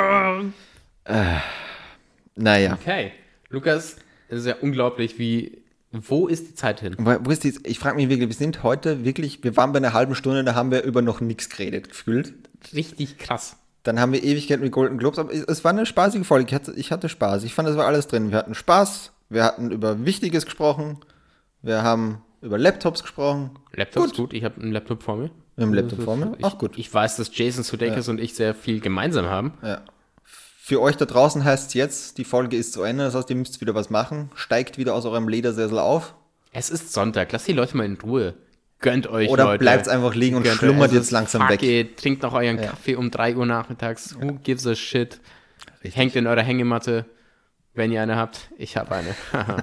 äh, naja. Okay. Lukas, es ist ja unglaublich, wie, wo ist die Zeit hin? Wo ist die, ich frage mich wirklich, wir sind heute wirklich, wir waren bei einer halben Stunde, da haben wir über noch nichts geredet, gefühlt. Richtig krass. Dann haben wir Ewigkeit mit Golden Globes, aber es war eine spaßige Folge, ich hatte, ich hatte Spaß, ich fand, es war alles drin. Wir hatten Spaß, wir hatten über Wichtiges gesprochen, wir haben über Laptops gesprochen. Laptops, gut, gut. Ich habe einen Laptop vor mir. Wir haben einen Laptop vor mir, auch gut. Ich weiß, dass Jason Sudeikis ja. und ich sehr viel gemeinsam haben. Ja. Für euch da draußen heißt es jetzt, die Folge ist zu Ende, das heißt, ihr müsst wieder was machen. Steigt wieder aus eurem Ledersessel auf. Es ist Sonntag, lasst die Leute mal in Ruhe. Gönnt euch, Oder Leute. bleibt einfach liegen und Gönnt schlummert jetzt langsam fuck weg. It, trinkt noch euren ja. Kaffee um drei Uhr nachmittags. Who gives a shit? Richtig. Hängt in eurer Hängematte, wenn ihr eine habt. Ich habe eine.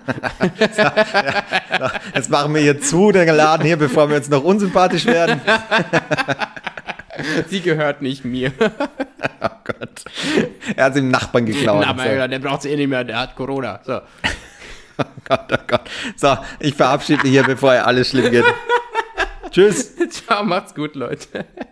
ja, jetzt machen wir hier zu, den Laden hier, bevor wir jetzt noch unsympathisch werden. Sie gehört nicht mir. Oh Gott. Er hat sie dem Nachbarn geklaut. Na, mein Gott, der braucht sie eh nicht mehr, der hat Corona. So. Oh Gott, oh Gott. So, ich verabschiede mich hier, bevor alles schlimm geht. Tschüss. Ciao, macht's gut, Leute.